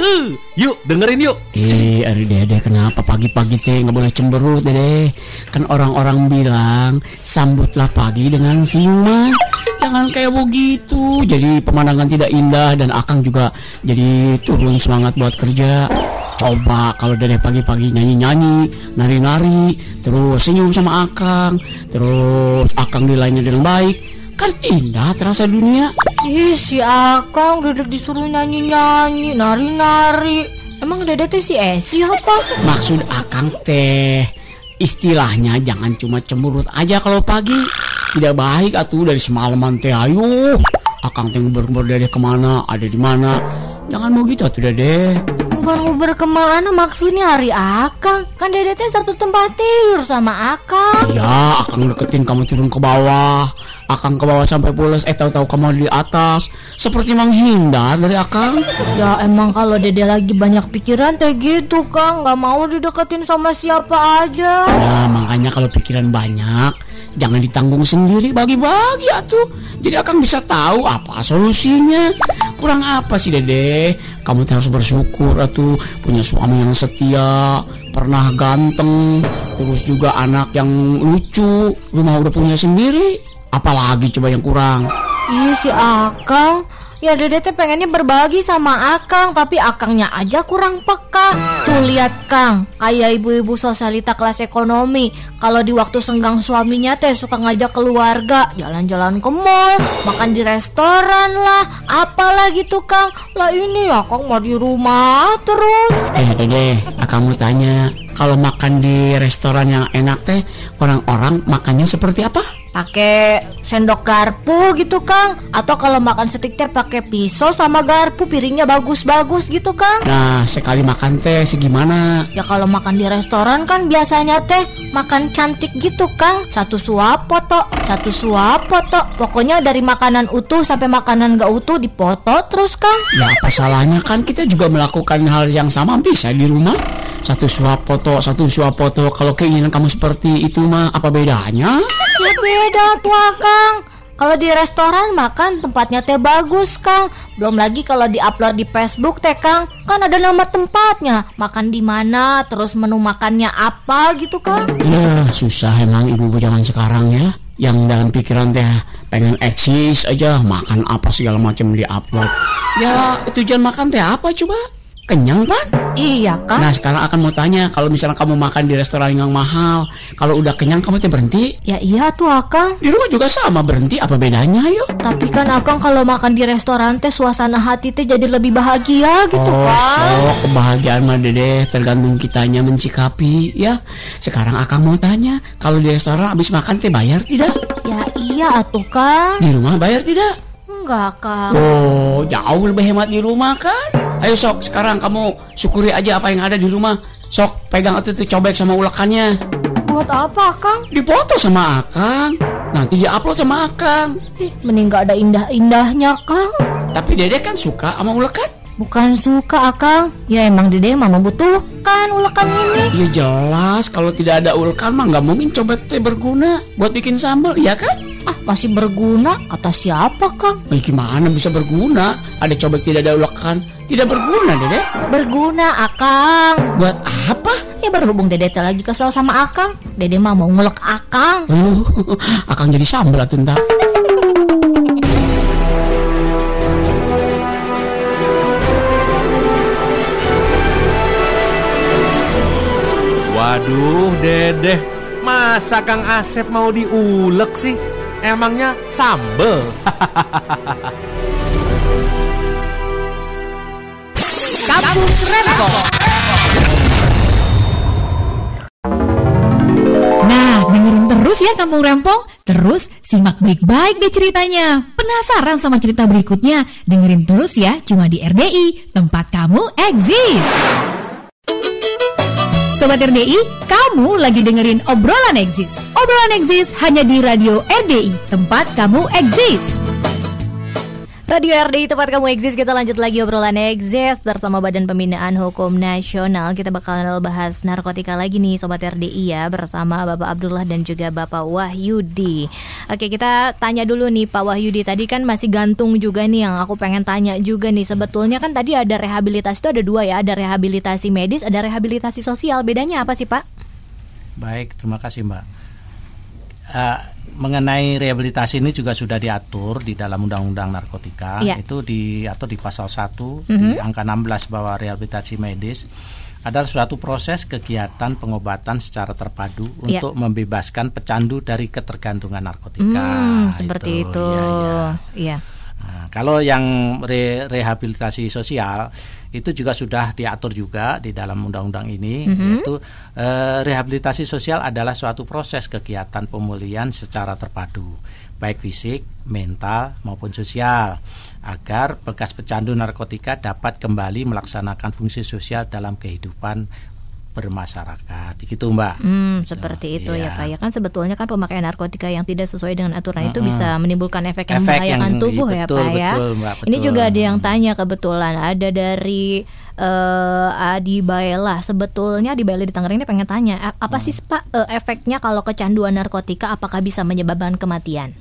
Yuk dengerin yuk. Eh Ari Dede, kenapa pagi-pagi teh nggak boleh cemberut Dede? Kan orang-orang bilang sambutlah pagi dengan senyuman. Jangan kayak begitu, jadi pemandangan tidak indah dan Akang juga jadi turun semangat buat kerja. Coba kalau Dede pagi-pagi nyanyi-nyanyi, nari-nari, terus senyum sama Akang, terus Akang dilayani dengan baik, kan indah terasa dunia. Ih, si Akang Dedek disuruh nyanyi-nyanyi, nari-nari. Emang Dede teh si Esi apa? Maksud Akang teh istilahnya jangan cuma cemberut aja kalau pagi. Tidak baik atuh dari semalaman teh ayo. Akang teh nguber-nguber Dede kemana, ada di mana. Jangan mau gitu atuh Dede. Nguber-nguber kemana maksudnya hari Akang? Kan Dede teh satu tempat tidur sama Akang. Ya, Akang deketin kamu turun ke bawah, Akang ke bawah sampai pulas, eh tahu-tahu kamu di atas. Seperti menghindar dari Akang. Ya emang kalau Dede lagi banyak pikiran teh gitu Kang, gak mau dideketin sama siapa aja. Ya makanya kalau pikiran banyak, jangan ditanggung sendiri, bagi-bagi atuh. Jadi Akang bisa tahu apa solusinya. Kurang apa sih Dede? Kamu harus bersyukur atuh punya suami yang setia, pernah ganteng, terus juga anak yang lucu, rumah udah punya sendiri. Apalagi coba yang kurang? Iya si Akang. Ya Dede teh pengennya berbagi sama Akang, tapi Akangnya aja kurang peka. Tuh lihat Kang, kayak ibu-ibu sosialita kelas ekonomi, kalau di waktu senggang suaminya teh suka ngajak keluarga jalan-jalan ke mall, makan di restoran lah, apalah gitu Kang. Lah ini Akang mau di rumah terus. Eh Dede, Akang mau tanya, kalau makan di restoran yang enak teh orang-orang makannya seperti apa? Pakai sendok garpu gitu Kang, atau kalau makan steak teh pakai pisau sama garpu, piringnya bagus-bagus gitu Kang. Nah sekali makan teh segimana? Ya kalau makan di restoran kan biasanya teh makan cantik gitu Kang, satu suap foto, satu suap foto, pokoknya dari makanan utuh sampai makanan gak utuh dipoto terus Kang. Ya apa salahnya, kan kita juga melakukan hal yang sama bisa di rumah. Satu suap foto, satu suap foto. Kalau keinginan kamu seperti itu mah apa bedanya? Ya beda tuh Kang. Kalau di restoran makan tempatnya teh bagus Kang. Belum lagi kalau di-upload di Facebook teh Kang, kan ada nama tempatnya, makan di mana, terus menu makannya apa gitu Kang. Nah susah emang ibu-ibu zaman sekarang ya, yang dalam pikiran teh pengen eksis aja, makan apa segala macam di-upload. Ya tujuan makan teh apa coba? Kenyang kan? Iya kan? Nah sekarang akan mau tanya, kalau misalnya kamu makan di restoran yang mahal, kalau udah kenyang kamu teh berhenti? Ya iya tuh Akang. Di rumah juga sama berhenti, apa bedanya yuk? Tapi kan Akang kalau makan di restoran teh suasana hati teh jadi lebih bahagia gitu oh, kan. Oh so, kebahagiaan mah Dede tergantung kitanya mencikapi ya. Sekarang Akang mau tanya, kalau di restoran habis makan teh bayar tidak? Ya iya atuh Kang. Di rumah bayar tidak? Enggak Kang. Oh jauh lebih hemat di rumah kan? Ayo sok sekarang kamu syukuri aja apa yang ada di rumah. Sok pegang itu tuh cobek sama ulekannya. Buat apa, Kang? Dipoto sama Akang. Nanti dia upload sama Akang. Ih, mending gak ada indah-indahnya, Kang. Tapi Dede kan suka sama ulekan. Bukan suka, Akang. Ya emang Dede mah membutuhkan ulekan ini. Ya jelas, kalau tidak ada ulekan mah gak mungkin cobek teh berguna buat bikin sambal, iya kan? Ah, masih berguna? Kata siapa, Kang? Eh, gimana bisa berguna? Ada cobek tidak ada ulekan. Tidak berguna, Dede. Berguna, Akang. Buat apa? Ya berhubung Dede teh lagi kesel sama Akang. Dede mah mau ngulek Akang. Aduh, Akang jadi sambal atuh entar. Waduh, Dedeh, masa Kang Asep mau diulek sih? Emangnya sambel? Kampung Rempong. Nah, dengerin terus ya Kampung Rempong. Terus simak baik-baik deh ceritanya. Penasaran sama cerita berikutnya? Dengerin terus ya, cuma di R D I, tempat kamu eksis. Sobat R D I, kamu lagi dengerin Obrolan Eksis. Obrolan Eksis hanya di Radio R D I, tempat kamu eksis. Radio R D I, tempat kamu eksis. Kita lanjut lagi obrolan eksis bersama Badan Pembinaan Hukum Nasional. Kita bakal bahas narkotika lagi nih Sobat R D I ya, bersama Bapak Abdullah dan juga Bapak Wahyudi. Oke, kita tanya dulu nih Pak Wahyudi. Tadi kan masih gantung juga nih yang aku pengen tanya juga nih. Sebetulnya kan tadi ada rehabilitasi itu ada dua ya, ada rehabilitasi medis, ada rehabilitasi sosial. Bedanya apa sih Pak? Baik, terima kasih Mbak. Uh, mengenai rehabilitasi ini juga sudah diatur di dalam Undang-Undang Narkotika. Ya. Itu diatur di pasal satu, mm-hmm. di angka enam belas bahwa rehabilitasi medis adalah suatu proses kegiatan pengobatan secara terpadu ya. Untuk membebaskan pecandu dari ketergantungan narkotika. Hmm, seperti itu. itu. Ya, ya. Ya. Nah, kalau yang re- rehabilitasi sosial itu juga sudah diatur juga di dalam undang-undang ini, mm-hmm. yaitu eh, rehabilitasi sosial adalah suatu proses kegiatan pemulihan secara terpadu, baik fisik, mental maupun sosial, agar bekas pecandu narkotika dapat kembali melaksanakan fungsi sosial dalam kehidupan bermasyarakat, gitu Mbak. Hmm, seperti itu iya. ya Pak. Ya kan sebetulnya kan pemakaian narkotika yang tidak sesuai dengan aturan mm-hmm. itu bisa menimbulkan efek yang efek membahayakan yang, tubuh iya, ya betul, Pak ya. Betul, Mbak, betul. Ini juga ada yang tanya kebetulan ada dari uh, Adi Baela. Sebetulnya Adi Baela di Tangerang ini pengen tanya apa hmm. sih Pak uh, efeknya kalau kecanduan narkotika, apakah bisa menyebabkan kematian?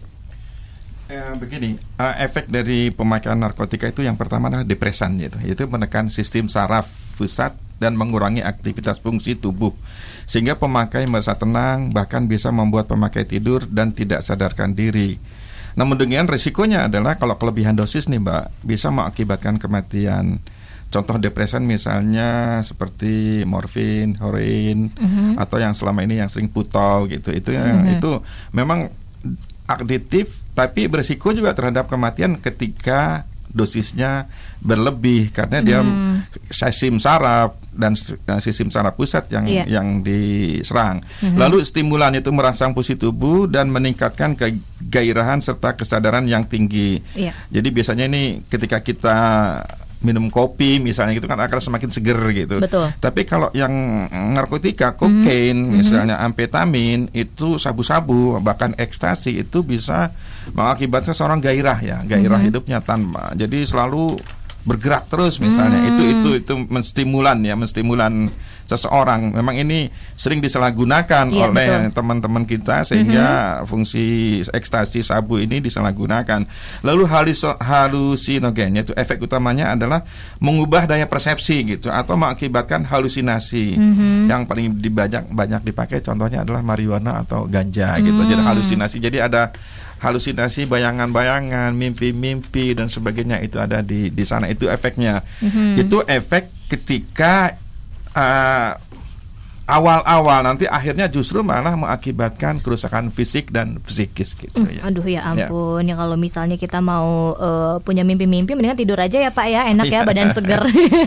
Eh, begini, uh, efek dari pemakaian narkotika itu yang pertama adalah depresan, gitu. Itu menekan sistem saraf pusat dan mengurangi aktivitas fungsi tubuh, sehingga pemakai merasa tenang, bahkan bisa membuat pemakai tidur dan tidak sadarkan diri. Namun demikian risikonya adalah kalau kelebihan dosis nih Mbak, bisa mengakibatkan kematian. Contoh depresan misalnya seperti morfin, heroin, mm-hmm. atau yang selama ini yang sering putau gitu. Itu mm-hmm. itu memang adiktif tapi berisiko juga terhadap kematian ketika dosisnya berlebih karena dia hmm. sistem saraf dan sistem saraf pusat yang yeah. yang diserang. Mm-hmm. Lalu stimulan itu merangsang fungsi tubuh dan meningkatkan kegairahan serta kesadaran yang tinggi. Yeah. Jadi biasanya ini ketika kita minum kopi misalnya gitu kan akan semakin seger gitu. Betul. Tapi kalau yang narkotika, kokain, mm-hmm. misalnya amfetamin, itu sabu-sabu bahkan ekstasi itu bisa mengakibatkan seorang gairah ya, gairah mm-hmm. hidupnya tanpa. Jadi selalu bergerak terus misalnya. Mm. Itu itu itu menstimulan ya, menstimulan seseorang. Memang ini sering disalahgunakan ya, oleh betul. teman-teman kita sehingga mm-hmm. fungsi ekstasi sabu ini disalahgunakan. Lalu halus, halusinogen, yaitu efek utamanya adalah mengubah daya persepsi gitu atau mengakibatkan halusinasi. Mm-hmm. Yang paling dibanyak banyak dipakai contohnya adalah marijuana atau ganja mm. gitu. Jadi halusinasi. Jadi ada halusinasi, bayangan-bayangan, mimpi-mimpi dan sebagainya itu ada di di sana. Itu efeknya. Mm-hmm. Itu efek ketika Uh, awal-awal, nanti akhirnya justru malah mengakibatkan kerusakan fisik dan psikis gitu mm, ya. Aduh ya ampun ya, ya kalau misalnya kita mau uh, punya mimpi-mimpi mendingan tidur aja ya Pak ya, enak ya badan seger.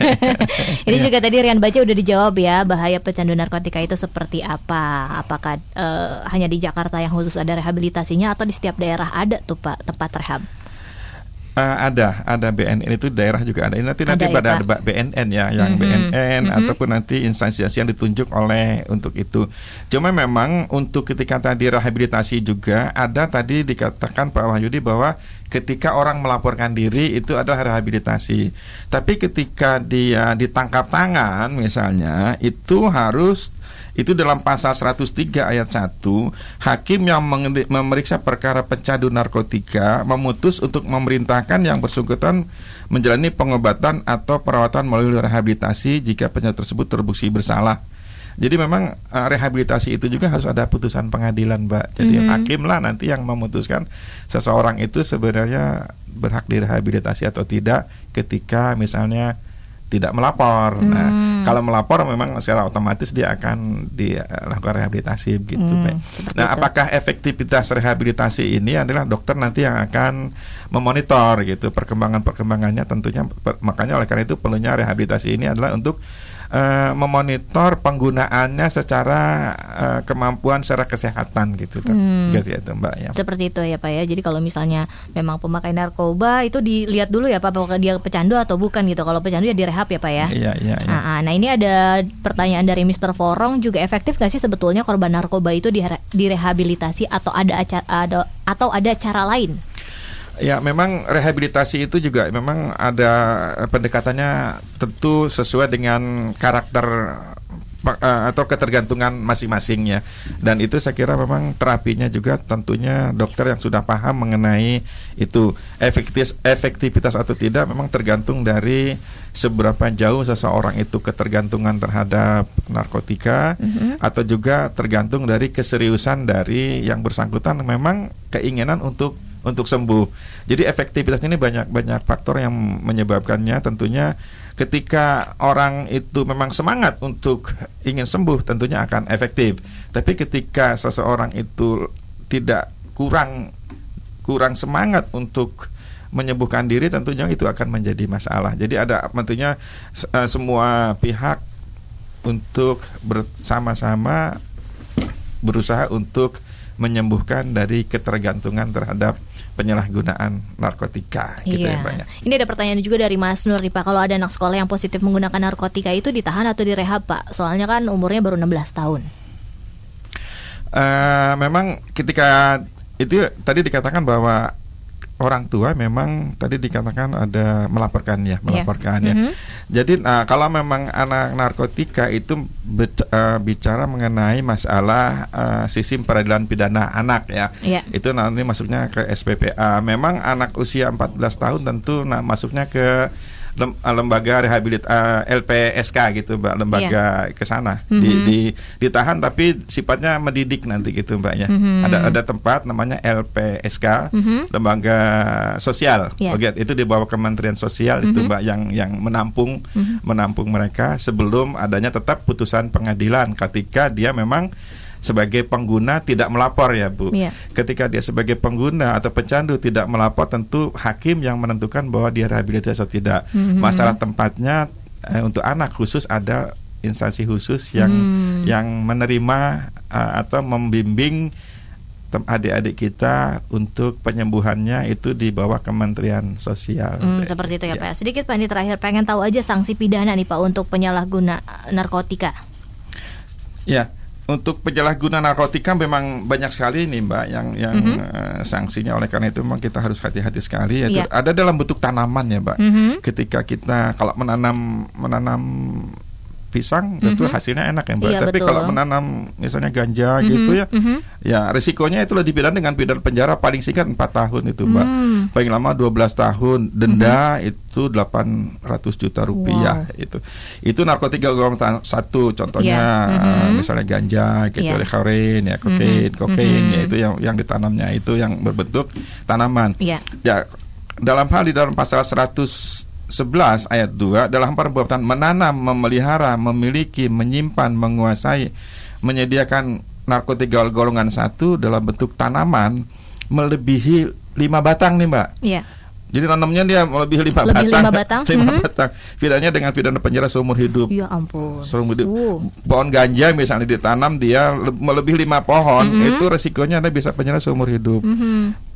Ini juga tadi Rian Baca udah dijawab ya, bahaya pecandu narkotika itu seperti apa? Apakah uh, hanya di Jakarta yang khusus ada rehabilitasinya atau di setiap daerah ada tuh Pak tempat rehab? Uh, ada, ada B N N itu daerah juga ada. Nanti nanti Ada ya, pada Pak? B N N ya, yang Mhm. B N N Mhm. ataupun nanti instansi yang ditunjuk oleh untuk itu. Cuma memang untuk ketika tadi rehabilitasi juga ada tadi dikatakan Pak Wahyudi bahwa ketika orang melaporkan diri itu adalah rehabilitasi. Tapi ketika dia ditangkap tangan misalnya itu harus itu dalam pasal seratus tiga ayat satu, hakim yang menge- memeriksa perkara pecandu narkotika memutus untuk memerintahkan yang bersangkutan menjalani pengobatan atau perawatan melalui rehabilitasi jika penyakit tersebut terbukti bersalah. Jadi memang uh, rehabilitasi itu juga harus ada putusan pengadilan, Mbak. Jadi Mhm. hakim lah nanti yang memutuskan seseorang itu sebenarnya berhak direhabilitasi atau tidak ketika misalnya tidak melapor. Hmm. Nah, kalau melapor memang secara otomatis dia akan dilakukan rehabilitasi begitu, Hmm, Pak. seperti Nah, itu. apakah efektivitas rehabilitasi ini adalah dokter nanti yang akan memonitor gitu perkembangan-perkembangannya tentunya per- makanya oleh karena itu perlunya rehabilitasi ini adalah untuk eh, memonitor penggunaannya secara eh, kemampuan secara kesehatan gitu, Pak. Hmm. Gitu ya, itu, Mbak ya. Seperti itu ya Pak ya. Jadi kalau misalnya memang pemakai narkoba itu dilihat dulu ya Pak, apakah dia pecandu atau bukan gitu. Kalau pecandu ya direhab ya Pak ya. Iya, iya, iya. Nah, nah ini ada pertanyaan dari mister Forong juga, efektif nggak sih sebetulnya korban narkoba itu dire- direhabilitasi atau ada acara ada atau ada cara lain? Ya, memang rehabilitasi itu juga memang ada pendekatannya tentu sesuai dengan karakter uh, atau ketergantungan masing-masing ya. Dan itu saya kira memang terapinya juga tentunya dokter yang sudah paham mengenai itu. Efektivitas, efektivitas atau tidak memang tergantung dari seberapa jauh seseorang itu ketergantungan terhadap narkotika, Mhm. atau juga tergantung dari keseriusan dari yang bersangkutan memang keinginan untuk untuk sembuh. Jadi efektivitas ini banyak banyak faktor yang menyebabkannya. Tentunya ketika orang itu memang semangat untuk ingin sembuh tentunya akan efektif. Tapi ketika seseorang itu tidak kurang kurang semangat untuk menyembuhkan diri tentunya itu akan menjadi masalah. Jadi ada tentunya uh, semua pihak untuk bersama-sama berusaha untuk menyembuhkan dari ketergantungan terhadap penyalahgunaan narkotika gitu Iya. ya, Mbak ya. Ini ada pertanyaan juga dari Mas Nur nih Pak. Kalau ada anak sekolah yang positif menggunakan narkotika itu ditahan atau direhab Pak? Soalnya kan umurnya baru enam belas tahun. Uh, memang ketika itu tadi dikatakan bahwa orang tua memang tadi dikatakan ada melaporkan ya, melaporkan ya. Mhm. Jadi nah, kalau memang anak narkotika itu bet- uh, bicara mengenai masalah uh, sistem peradilan pidana anak ya. Iya. Itu nanti masuknya ke S P P A. Memang anak usia empat belas tahun tentu nah masuknya ke lem- lembaga rehabilit uh, L P S K gitu, Mbak, lembaga ke sana. Di, Mhm. di ditahan tapi sifatnya mendidik nanti gitu, Mbak ya. Mhm. Ada ada tempat namanya L P S K, Mhm. lembaga sosial. Ya. Oke, itu di bawah Kementerian Sosial itu, Mhm. Mbak, yang yang menampung Mhm. menampung mereka sebelum adanya tetap putusan pengadilan ketika dia memang sebagai pengguna tidak melapor ya, Bu. Iya. Ketika dia sebagai pengguna atau pecandu tidak melapor, tentu hakim yang menentukan bahwa dia rehabilitasi atau tidak. Mhm. Masalah tempatnya eh, untuk anak khusus ada instansi khusus yang Hmm. yang menerima uh, atau membimbing tem- adik-adik kita untuk penyembuhannya itu di bawah Kementerian Sosial. Hmm, seperti itu ya Pak. Sedikit Pak, ini terakhir pengen tahu aja sanksi pidana nih Pak untuk penyalahguna narkotika. Ya, untuk penyalahguna narkotika memang banyak sekali nih, Mbak, yang yang Mhm. eh, sanksinya. Oleh karena itu memang kita harus hati-hati sekali. Yaitu Iya. ada dalam bentuk tanaman ya, Mbak. Mhm. Ketika kita kalau menanam menanam pisang tentu Mhm. hasilnya enak ya, Mbak. Iya, Tapi betul. kalau menanam misalnya ganja Mhm, gitu ya, mhm. ya risikonya itu lebih pidana dengan pidana penjara paling singkat empat tahun itu, Mbak. Hmm. Paling lama dua belas tahun, denda itu delapan ratus juta rupiah Wow. itu. Itu narkotika golongan satu contohnya, Iya, mhm. misalnya ganja, gitu, Iya. heroin, ya kokain, Mhm, kokain, mhm. ya itu yang yang ditanamnya itu yang berbentuk tanaman. Iya. Ya, dalam hal di dalam pasal seratus sebelas ayat dua dalam perbuatan menanam, memelihara, memiliki, menyimpan, menguasai, menyediakan narkotika golongan satu dalam bentuk tanaman melebihi lima batang nih, Mbak. Iya. Jadi tanamnya dia melebihi lima Lebih batang. lima batang? Lima Mhm. batang. Pidananya dengan pidana penjara seumur hidup. Ya ampun. Seumur hidup. Uh. Pohon ganja misalnya ditanam dia le- melebihi lima pohon, Mhm. itu resikonya Anda bisa penjara seumur hidup. Mhm.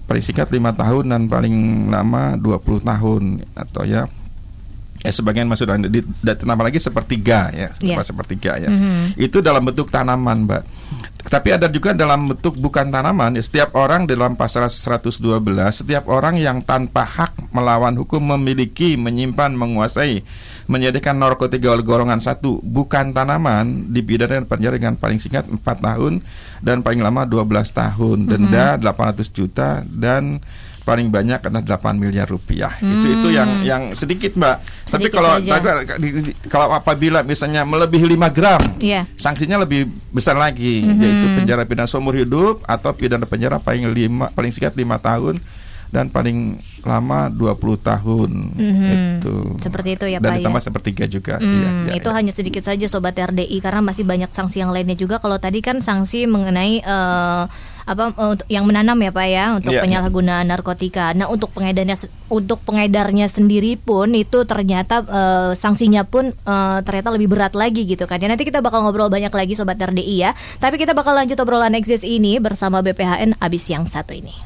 paling singkat lima tahun dan paling lama dua puluh tahun atau ya. Eh, sebagian masuk dan ditambah lagi sepertiga ya, yeah. sepertiga ya. Mm-hmm. Itu dalam bentuk tanaman, Mbak. Tapi ada juga dalam bentuk bukan tanaman. Ya, setiap orang dalam pasal seratus dua belas, setiap orang yang tanpa hak melawan hukum memiliki, menyimpan, menguasai, menyediakan narkotika golongan satu bukan tanaman dipidana dengan penjara dengan paling singkat empat tahun dan paling lama dua belas tahun, denda mm-hmm. delapan ratus juta dan paling banyak adalah delapan miliar rupiah. Hmm. Itu itu yang yang sedikit, Mbak. Sedikit tapi kalau tapi, kalau apabila misalnya melebihi lima gram, yeah. sanksinya lebih besar lagi, hmm. yaitu penjara pidana seumur hidup atau pidana penjara paling lima paling singkat lima tahun dan paling lama dua puluh tahun. Mm-hmm. Itu. Seperti itu ya, dan Pak. Dan ditambah ya? Sepertiga juga. Mm, ya, ya, itu ya. Hanya sedikit saja Sobat R D I karena masih banyak sanksi yang lainnya juga. Kalau tadi kan sanksi mengenai uh, apa uh, yang menanam ya Pak ya untuk yeah, penyalahgunaan yeah. narkotika. Nah, untuk pengedarnya untuk pengedarnya sendiri pun itu ternyata uh, sanksinya pun uh, ternyata lebih berat lagi gitu kan. Ya, nanti kita bakal ngobrol banyak lagi Sobat R D I ya. Tapi kita bakal lanjut obrolan Exist ini bersama B P H N abis yang satu ini.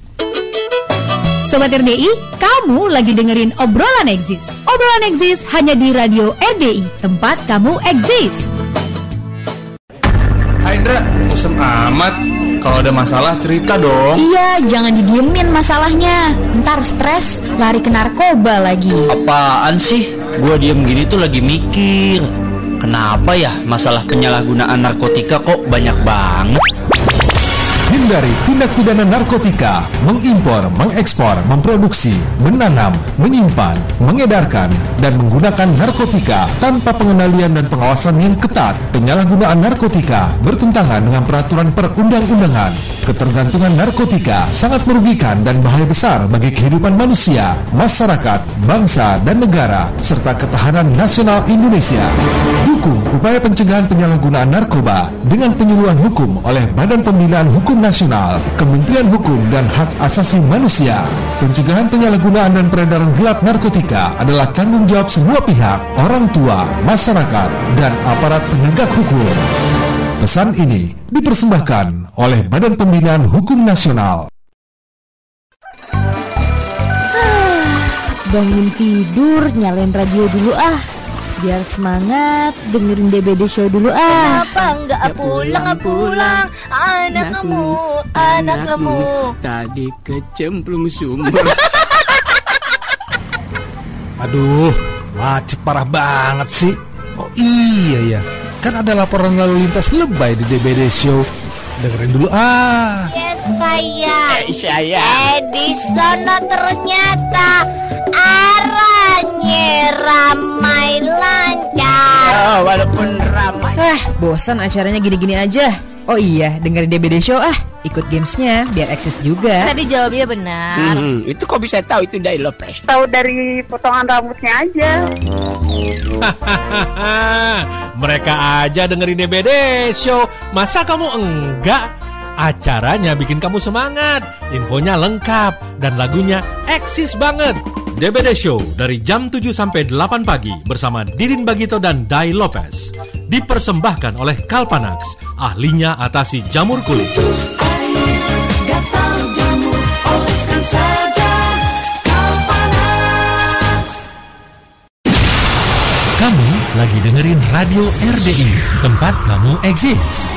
Sobat R D I, kamu lagi dengerin obrolan Exist. Obrolan Exist hanya di Radio R D I, tempat kamu eksis. Hai Indra, kusem amat. Kalau ada masalah cerita dong. Iya, jangan didiemin masalahnya. Ntar stres, lari ke narkoba lagi. Apaan sih? Gua diem gini tuh lagi mikir. Kenapa ya masalah penyalahgunaan narkotika kok banyak banget? Hindari tindak pidana narkotika, mengimpor, mengekspor, memproduksi, menanam, menyimpan, mengedarkan, dan menggunakan narkotika tanpa pengendalian dan pengawasan yang ketat. Penyalahgunaan narkotika bertentangan dengan peraturan perundang-undangan. Ketergantungan narkotika sangat merugikan dan bahaya besar bagi kehidupan manusia, masyarakat, bangsa, dan negara, serta ketahanan nasional Indonesia. Dukung upaya pencegahan penyalahgunaan narkoba dengan penyuluhan hukum oleh Badan Pembinaan Hukum Nasional, Kementerian Hukum dan Hak Asasi Manusia. Pencegahan penyalahgunaan dan peredaran gelap narkotika adalah tanggung jawab semua pihak, orang tua, masyarakat, dan aparat penegak hukum. Pesan ini dipersembahkan oleh Badan Pembinaan Hukum Nasional. Bangun tidur, nyalain radio dulu ah. Biar semangat, dengerin D B D Show dulu ah. Kenapa enggak pulang-pulang anak kamu, anak kamu tadi kecemplung sumur. Aduh, macet parah banget sih. Oh iya ya, kan ada laporan lalu lintas lebay di D B D Show. Dengerin dulu ah. Yes sayang. Eh, sayang. Eh di sana ternyata arahnya ramai lancar. Oh, walaupun ramai. Ah, bosan acaranya gini-gini aja. Oh iya, dengerin D B D Show ah. Ikut gamesnya biar eksis juga. Tadi jawabnya benar. Hmm, itu kok bisa tahu itu Dai Lopez? Tahu dari potongan rambutnya aja. Mereka aja dengerin D B D Show. Masa kamu enggak? Acaranya bikin kamu semangat, infonya lengkap, dan lagunya eksis banget. D B D Show dari jam tujuh sampai delapan pagi bersama Didin Bagito dan Dai Lopez. Dipersembahkan oleh Kalpanax, ahlinya atasi jamur kulit. Gatal jamur, oleskan saja Kalpanax. Kamu lagi dengerin Radio R D I, tempat kamu eksis.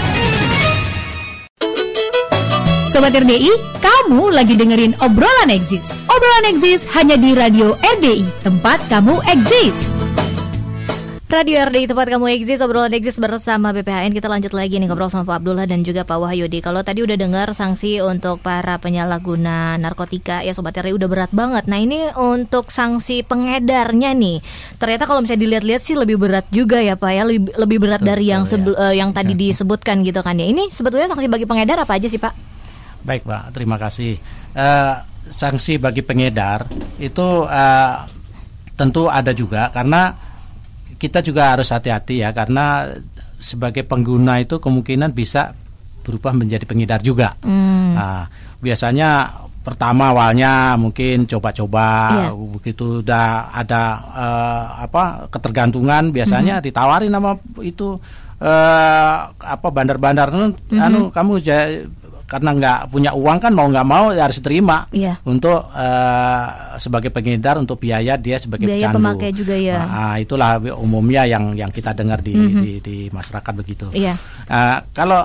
Sobat R D I, kamu lagi dengerin obrolan Exist. Obrolan Exist hanya di Radio R D I, tempat kamu eksis. Radio R D I tempat kamu eksis, obrolan eksis bersama B P H N. Kita lanjut lagi nih ngobrol sama Pak Abdullah dan juga Pak Wahyudi. Kalau tadi udah dengar sanksi untuk para penyalahguna narkotika ya Sobat R D I udah berat banget. Nah ini untuk sanksi pengedarnya nih, ternyata kalau misalnya dilihat-lihat sih lebih berat juga ya Pak ya, lebih, lebih berat Betul, dari yang sebel, ya. uh, yang tadi disebutkan gitu kan ya. Ini sebetulnya sanksi bagi pengedar apa aja sih Pak? Baik Pak, terima kasih. Uh, sanksi bagi pengedar itu uh, tentu ada juga karena kita juga harus hati-hati ya, karena sebagai pengguna itu kemungkinan bisa berubah menjadi pengedar juga. Hmm. Nah, biasanya pertama awalnya mungkin coba-coba, yeah. begitu udah ada uh, apa ketergantungan biasanya mm-hmm. ditawarin sama itu uh, apa bandar-bandar, mm-hmm. anu kamu j- karena nggak punya uang kan mau nggak mau harus terima yeah. untuk uh, sebagai pengedar untuk biaya dia sebagai biaya pecandu. Pemakai juga ya. Nah, itulah umumnya yang yang kita dengar di mm-hmm. di, di masyarakat begitu. Yeah. Uh, kalau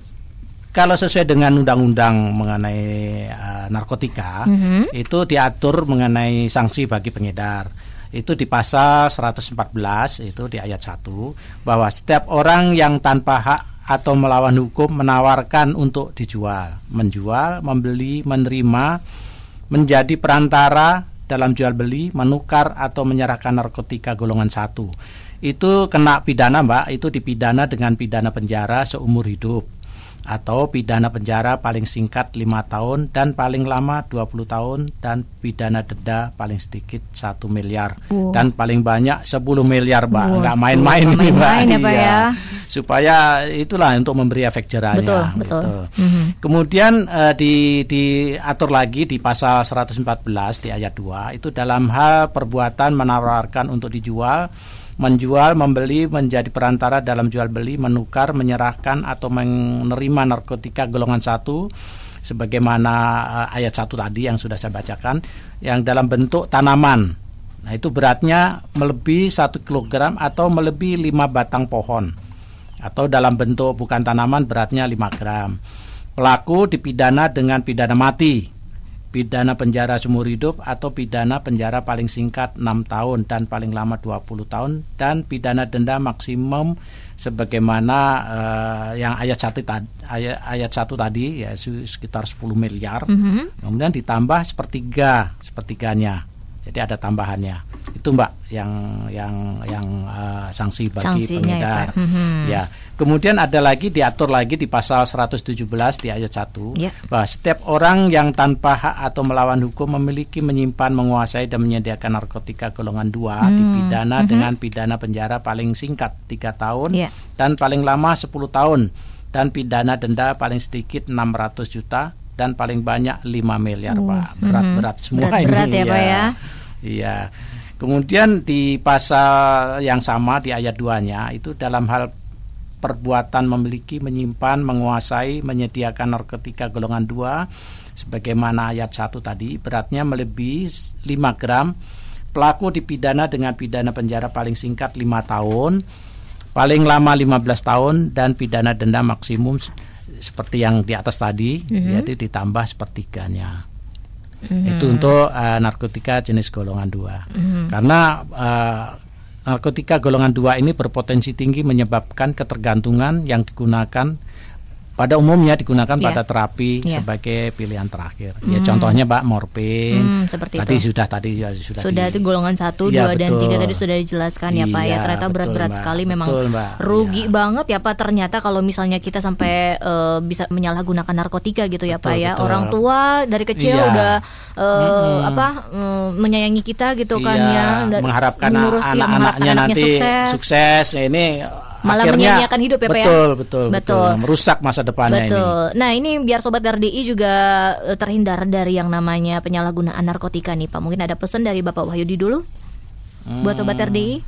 kalau sesuai dengan undang-undang mengenai uh, narkotika mm-hmm. itu diatur mengenai sanksi bagi pengedar. Itu di pasal seratus empat belas itu di ayat satu bahwa setiap orang yang tanpa hak atau melawan hukum menawarkan untuk dijual, menjual, membeli, menerima, menjadi perantara dalam jual beli, menukar atau menyerahkan narkotika golongan satu. Itu kena pidana, Mbak, itu dipidana dengan pidana penjara seumur hidup atau pidana penjara paling singkat lima tahun dan paling lama dua puluh tahun dan pidana denda paling sedikit satu miliar wow. dan paling banyak sepuluh miliar, Mbak. Wow. Nggak main-main wow. ini, Mbak. Main ya, Pak, ya. Supaya itulah untuk memberi efek jerahnya. Betul, gitu. betul. Mm-hmm. Kemudian uh, di diatur lagi di pasal seratus empat belas di ayat dua itu dalam hal perbuatan menawarkan untuk dijual, menjual, membeli, menjadi perantara dalam jual beli, menukar, menyerahkan atau menerima narkotika golongan satu sebagaimana uh, ayat satu tadi yang sudah saya bacakan, yang dalam bentuk tanaman. Nah, itu beratnya melebihi satu kilogram atau melebihi lima batang pohon. Atau dalam bentuk bukan tanaman beratnya lima gram. Pelaku dipidana dengan pidana mati, pidana penjara seumur hidup atau pidana penjara paling singkat enam tahun dan paling lama dua puluh tahun dan pidana denda maksimum sebagaimana uh, yang ayat satu tadi ayat, ayat satu tadi ya sekitar sepuluh miliar. Mm-hmm. Kemudian ditambah sepertiga sepertiganya. Jadi ada tambahannya. Itu, Mbak, yang yang yang uh, sanksi bagi sanksinya, pengedar. Ya, mm-hmm. ya. Kemudian ada lagi diatur lagi di pasal seratus tujuh belas di ayat satu yeah. bahwa setiap orang yang tanpa hak atau melawan hukum memiliki, menyimpan, menguasai dan menyediakan narkotika golongan dua mm. dipidana mm-hmm. dengan pidana penjara paling singkat tiga tahun yeah. dan paling lama sepuluh tahun dan pidana denda paling sedikit enam ratus juta dan paling banyak lima miliar, uh, Pak. Berat-berat mm-hmm. semua berat, ini. Berat ya, Pak, ya. Iya. Kemudian di pasal yang sama di ayat dua-nya itu dalam hal perbuatan memiliki, menyimpan, menguasai, menyediakan narkotika golongan dua sebagaimana ayat satu tadi, beratnya melebihi lima gram, pelaku dipidana dengan pidana penjara paling singkat lima tahun, paling lama lima belas tahun dan pidana denda maksimum seperti yang di atas tadi, mm-hmm. yaitu ditambah sepertiganya. Mm-hmm. Itu untuk uh, narkotika jenis golongan dua. Mm-hmm. Karena uh, narkotika golongan dua ini berpotensi tinggi menyebabkan ketergantungan yang digunakan pada umumnya digunakan yeah. pada terapi yeah. sebagai pilihan terakhir. Mm. Ya contohnya, Mbak, morfin. Mm, seperti tadi itu. sudah tadi ya, sudah sudah di, itu golongan satu, ya, dua betul. dan tiga tadi sudah dijelaskan ya, Pak. Iya, Ya ternyata berat-berat sekali, memang betul, Mbak. rugi Ya. banget ya, Pak. Ternyata kalau misalnya kita sampai uh, bisa menyalahgunakan narkotika gitu ya, betul, Pak ya. Betul. Orang tua dari kecil iya. udah uh, hmm. apa uh, menyayangi kita gitu kan iya, ya. Mengharapkan mengurus, anak-anaknya ya, nanti sukses. sukses. Ini malah menyia-nyiakan hidup ya, Pak ya. Betul, betul, betul, betul. Merusak masa depannya betul. ini. Nah, ini biar Sobat R D I juga terhindar dari yang namanya penyalahgunaan narkotika nih, Pak. Mungkin ada pesan dari Bapak Wahyudi dulu hmm. buat Sobat R D I.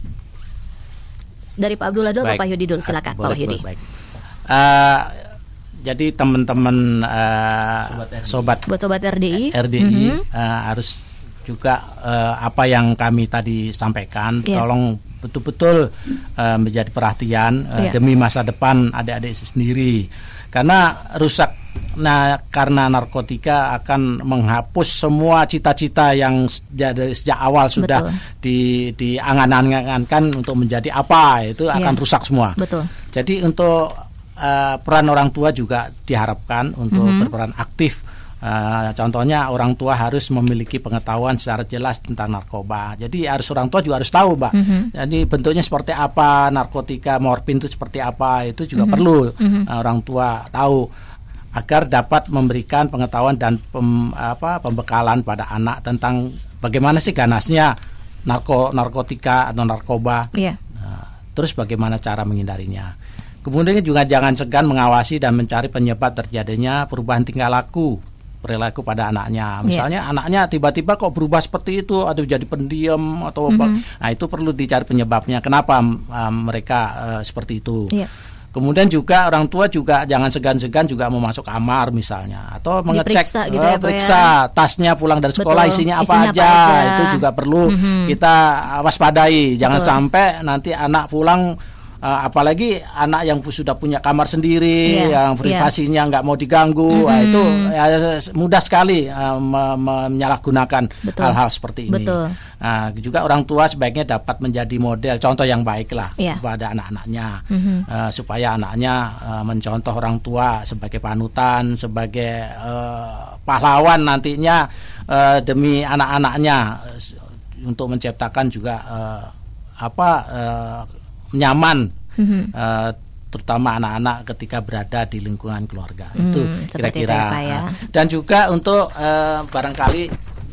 Dari Pak Abdullah dulu, Bapak Wahyudi dulu, silakan, boleh, Pak Wahyudi. Boleh, baik. Uh, jadi teman-teman uh, sobat, buat Sobat R D I, R D I mm-hmm. uh, harus juga uh, apa yang kami tadi sampaikan, yeah. tolong betul-betul uh, menjadi perhatian uh, yeah. demi masa depan adik-adik sendiri, karena rusak. Nah, karena narkotika akan menghapus semua cita-cita yang sejak, sejak awal sudah di, diangan-angankan untuk menjadi apa, itu yeah. akan rusak semua. Betul. Jadi untuk uh, peran orang tua juga diharapkan untuk mm-hmm. berperan aktif. Uh, contohnya orang tua harus memiliki pengetahuan secara jelas tentang narkoba. Jadi harus orang tua juga harus tahu, Mbak. Mm-hmm. Jadi bentuknya seperti apa, narkotika, morfin itu seperti apa, itu juga mm-hmm. perlu mm-hmm. uh, orang tua tahu agar dapat memberikan pengetahuan dan pem, apa, pembekalan pada anak tentang bagaimana sih ganasnya narko narkotika atau narkoba. Yeah. Uh, terus bagaimana cara menghindarinya. Kemudian juga jangan segan mengawasi dan mencari penyebab terjadinya perubahan tingkah laku perilaku pada anaknya. Misalnya yeah. anaknya tiba-tiba kok berubah seperti itu atau jadi pendiam atau mm-hmm. nah itu perlu dicari penyebabnya kenapa uh, mereka uh, seperti itu. Yeah. Kemudian juga orang tua juga jangan segan-segan juga mau masuk kamar misalnya, atau mengecek Diperiksa gitu eh, ya, Pak, periksa ya. tasnya pulang dari sekolah. Betul. isinya apa Isinya apa aja. aja. Itu juga perlu Mhm. kita waspadai. Jangan Betul. sampai nanti anak pulang, uh, apalagi anak yang sudah punya kamar sendiri, Iya, yang privasinya nggak mau diganggu. Mhm. Nah, itu ya, mudah sekali uh, me- me- menyalahgunakan Betul. hal-hal seperti ini. Betul. Nah, juga orang tua sebaiknya dapat menjadi model, contoh yang baik lah Iya. kepada anak-anaknya. Mhm. Uh, supaya anaknya uh, mencontoh orang tua sebagai panutan, sebagai uh, pahlawan nantinya uh, demi anak-anaknya, uh, untuk menciptakan juga uh, apa uh, nyaman, Mhm. uh, terutama anak-anak ketika berada di lingkungan keluarga. Hmm, Itu seperti kira-kira. itu ya, Pak, ya. Dan juga untuk uh, barangkali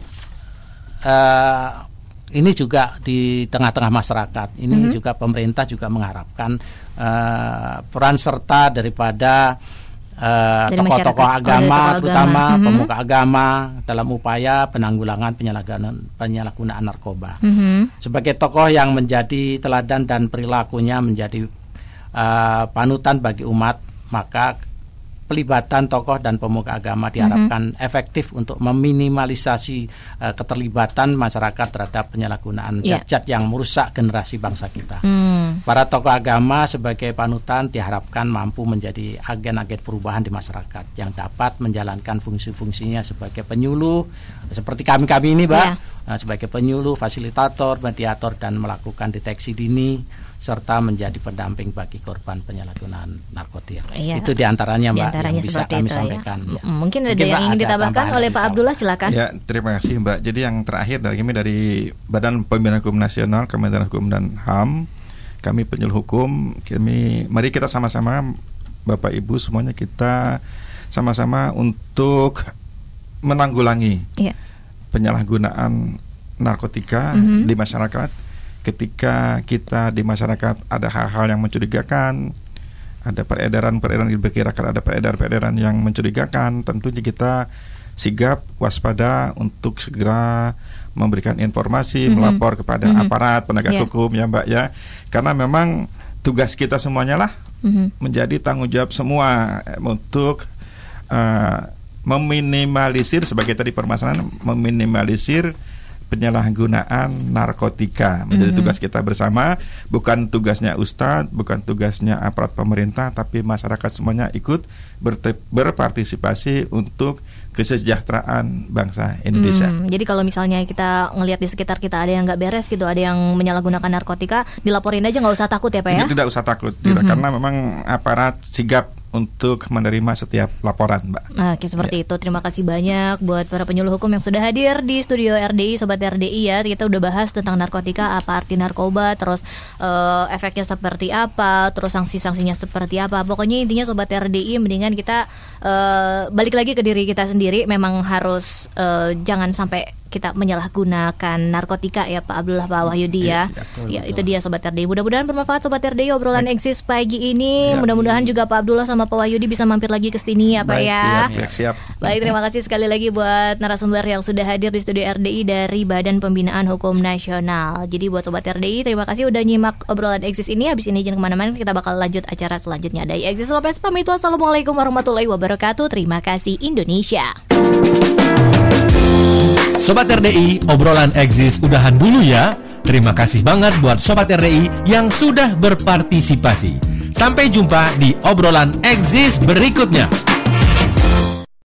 uh, ini juga di tengah-tengah masyarakat ini Mhm. juga pemerintah juga mengharapkan uh, peran serta daripada uh, Dari tokoh-tokoh masyarakat. Oh, agama, dari tokoh terutama agama. Mhm. pemuka agama dalam upaya penanggulangan penyalahgunaan penyalahgunaan narkoba. Mhm. Sebagai tokoh yang menjadi teladan dan perilakunya menjadi uh, panutan bagi umat, maka pelibatan tokoh dan pemuka agama diharapkan efektif untuk meminimalisasi uh, keterlibatan masyarakat terhadap penyalahgunaan Iya. zat-zat yang merusak generasi bangsa kita. Hmm. Para tokoh agama sebagai panutan diharapkan mampu menjadi agen-agen perubahan di masyarakat yang dapat menjalankan fungsi-fungsinya sebagai penyuluh, seperti kami-kami ini, Mbak, Iya. Nah, sebagai penyuluh, fasilitator, mediator, dan melakukan deteksi dini serta menjadi pendamping bagi korban penyalahgunaan narkotika. Iya. Itu diantaranya, Mbak, Diantaranya yang bisa seperti kami itu, ya. sampaikan. Ya. Mm, Mungkin ada Mungkin, yang Mbak, ingin ada ditambahkan tambahan oleh dari Pak Pak. Abdullah, silakan. Ya, terima kasih Mbak. Jadi yang terakhir dari kami dari Badan Pembinaan Hukum Nasional, Kementerian Hukum dan H A M, kami penyuluh hukum, kami mari kita sama-sama Bapak Ibu semuanya kita sama-sama untuk menanggulangi Iya. penyalahgunaan narkotika Mhm. di masyarakat. Ketika kita di masyarakat ada hal-hal yang mencurigakan, ada peredaran-peredaran yang diperkirakan ada peredaran-peredaran yang mencurigakan, tentunya kita sigap waspada untuk segera memberikan informasi, Mhm. melapor kepada Mhm. aparat penegak Yeah. hukum ya Mbak ya. Karena memang tugas kita semuanya lah Mhm. menjadi tanggung jawab semua eh, untuk uh, meminimalisir, sebagai tadi permasalahan, meminimalisir penyalahgunaan narkotika menjadi Mhm. tugas kita bersama, bukan tugasnya Ustadz, bukan tugasnya aparat pemerintah, tapi masyarakat semuanya ikut berte- berpartisipasi untuk kesejahteraan bangsa Indonesia. Hmm, jadi kalau misalnya kita ngelihat di sekitar kita ada yang nggak beres gitu, ada yang menyalahgunakan narkotika, dilaporin aja, nggak usah takut ya Pak ya? Tidak usah takut, tidak, Mhm. karena memang aparat sigap untuk menerima setiap laporan, Mbak. Nah, oke, seperti itu. Terima kasih banyak buat para penyuluh hukum yang sudah hadir di studio R D I, Sobat R D I ya. Kita udah bahas tentang narkotika, apa arti narkoba, terus eh, efeknya seperti apa, terus sanksi-sanksinya seperti apa. Pokoknya intinya Sobat R D I mendingan kita eh, balik lagi ke diri kita sendiri. Memang harus eh, jangan sampai kita menyalahgunakan narkotika ya Pak Abdullah, Pak Wahyudi ya. Ya, itu dia Sobat R D I. Mudah-mudahan bermanfaat Sobat R D I obrolan Eksis pagi ini. Ya. Mudah-mudahan juga Pak Abdullah sama Pak Wahyudi bisa mampir lagi ke sini ya Pak Baik, ya. siap, baik, siap. Baik, terima kasih sekali lagi buat narasumber yang sudah hadir di studio R D I dari Badan Pembinaan Hukum Nasional. Jadi buat Sobat R D I, terima kasih udah nyimak obrolan Eksis ini. Habis ini jangan kemana-mana, kita bakal lanjut acara selanjutnya. Dari Eksis Lopez pamit, wassalamualaikum warahmatullahi wabarakatuh. Terima kasih Indonesia. Sobat R D I, obrolan Eksis udahan dulu ya. Terima kasih banget buat Sobat R D I yang sudah berpartisipasi. Sampai jumpa di obrolan Eksis berikutnya.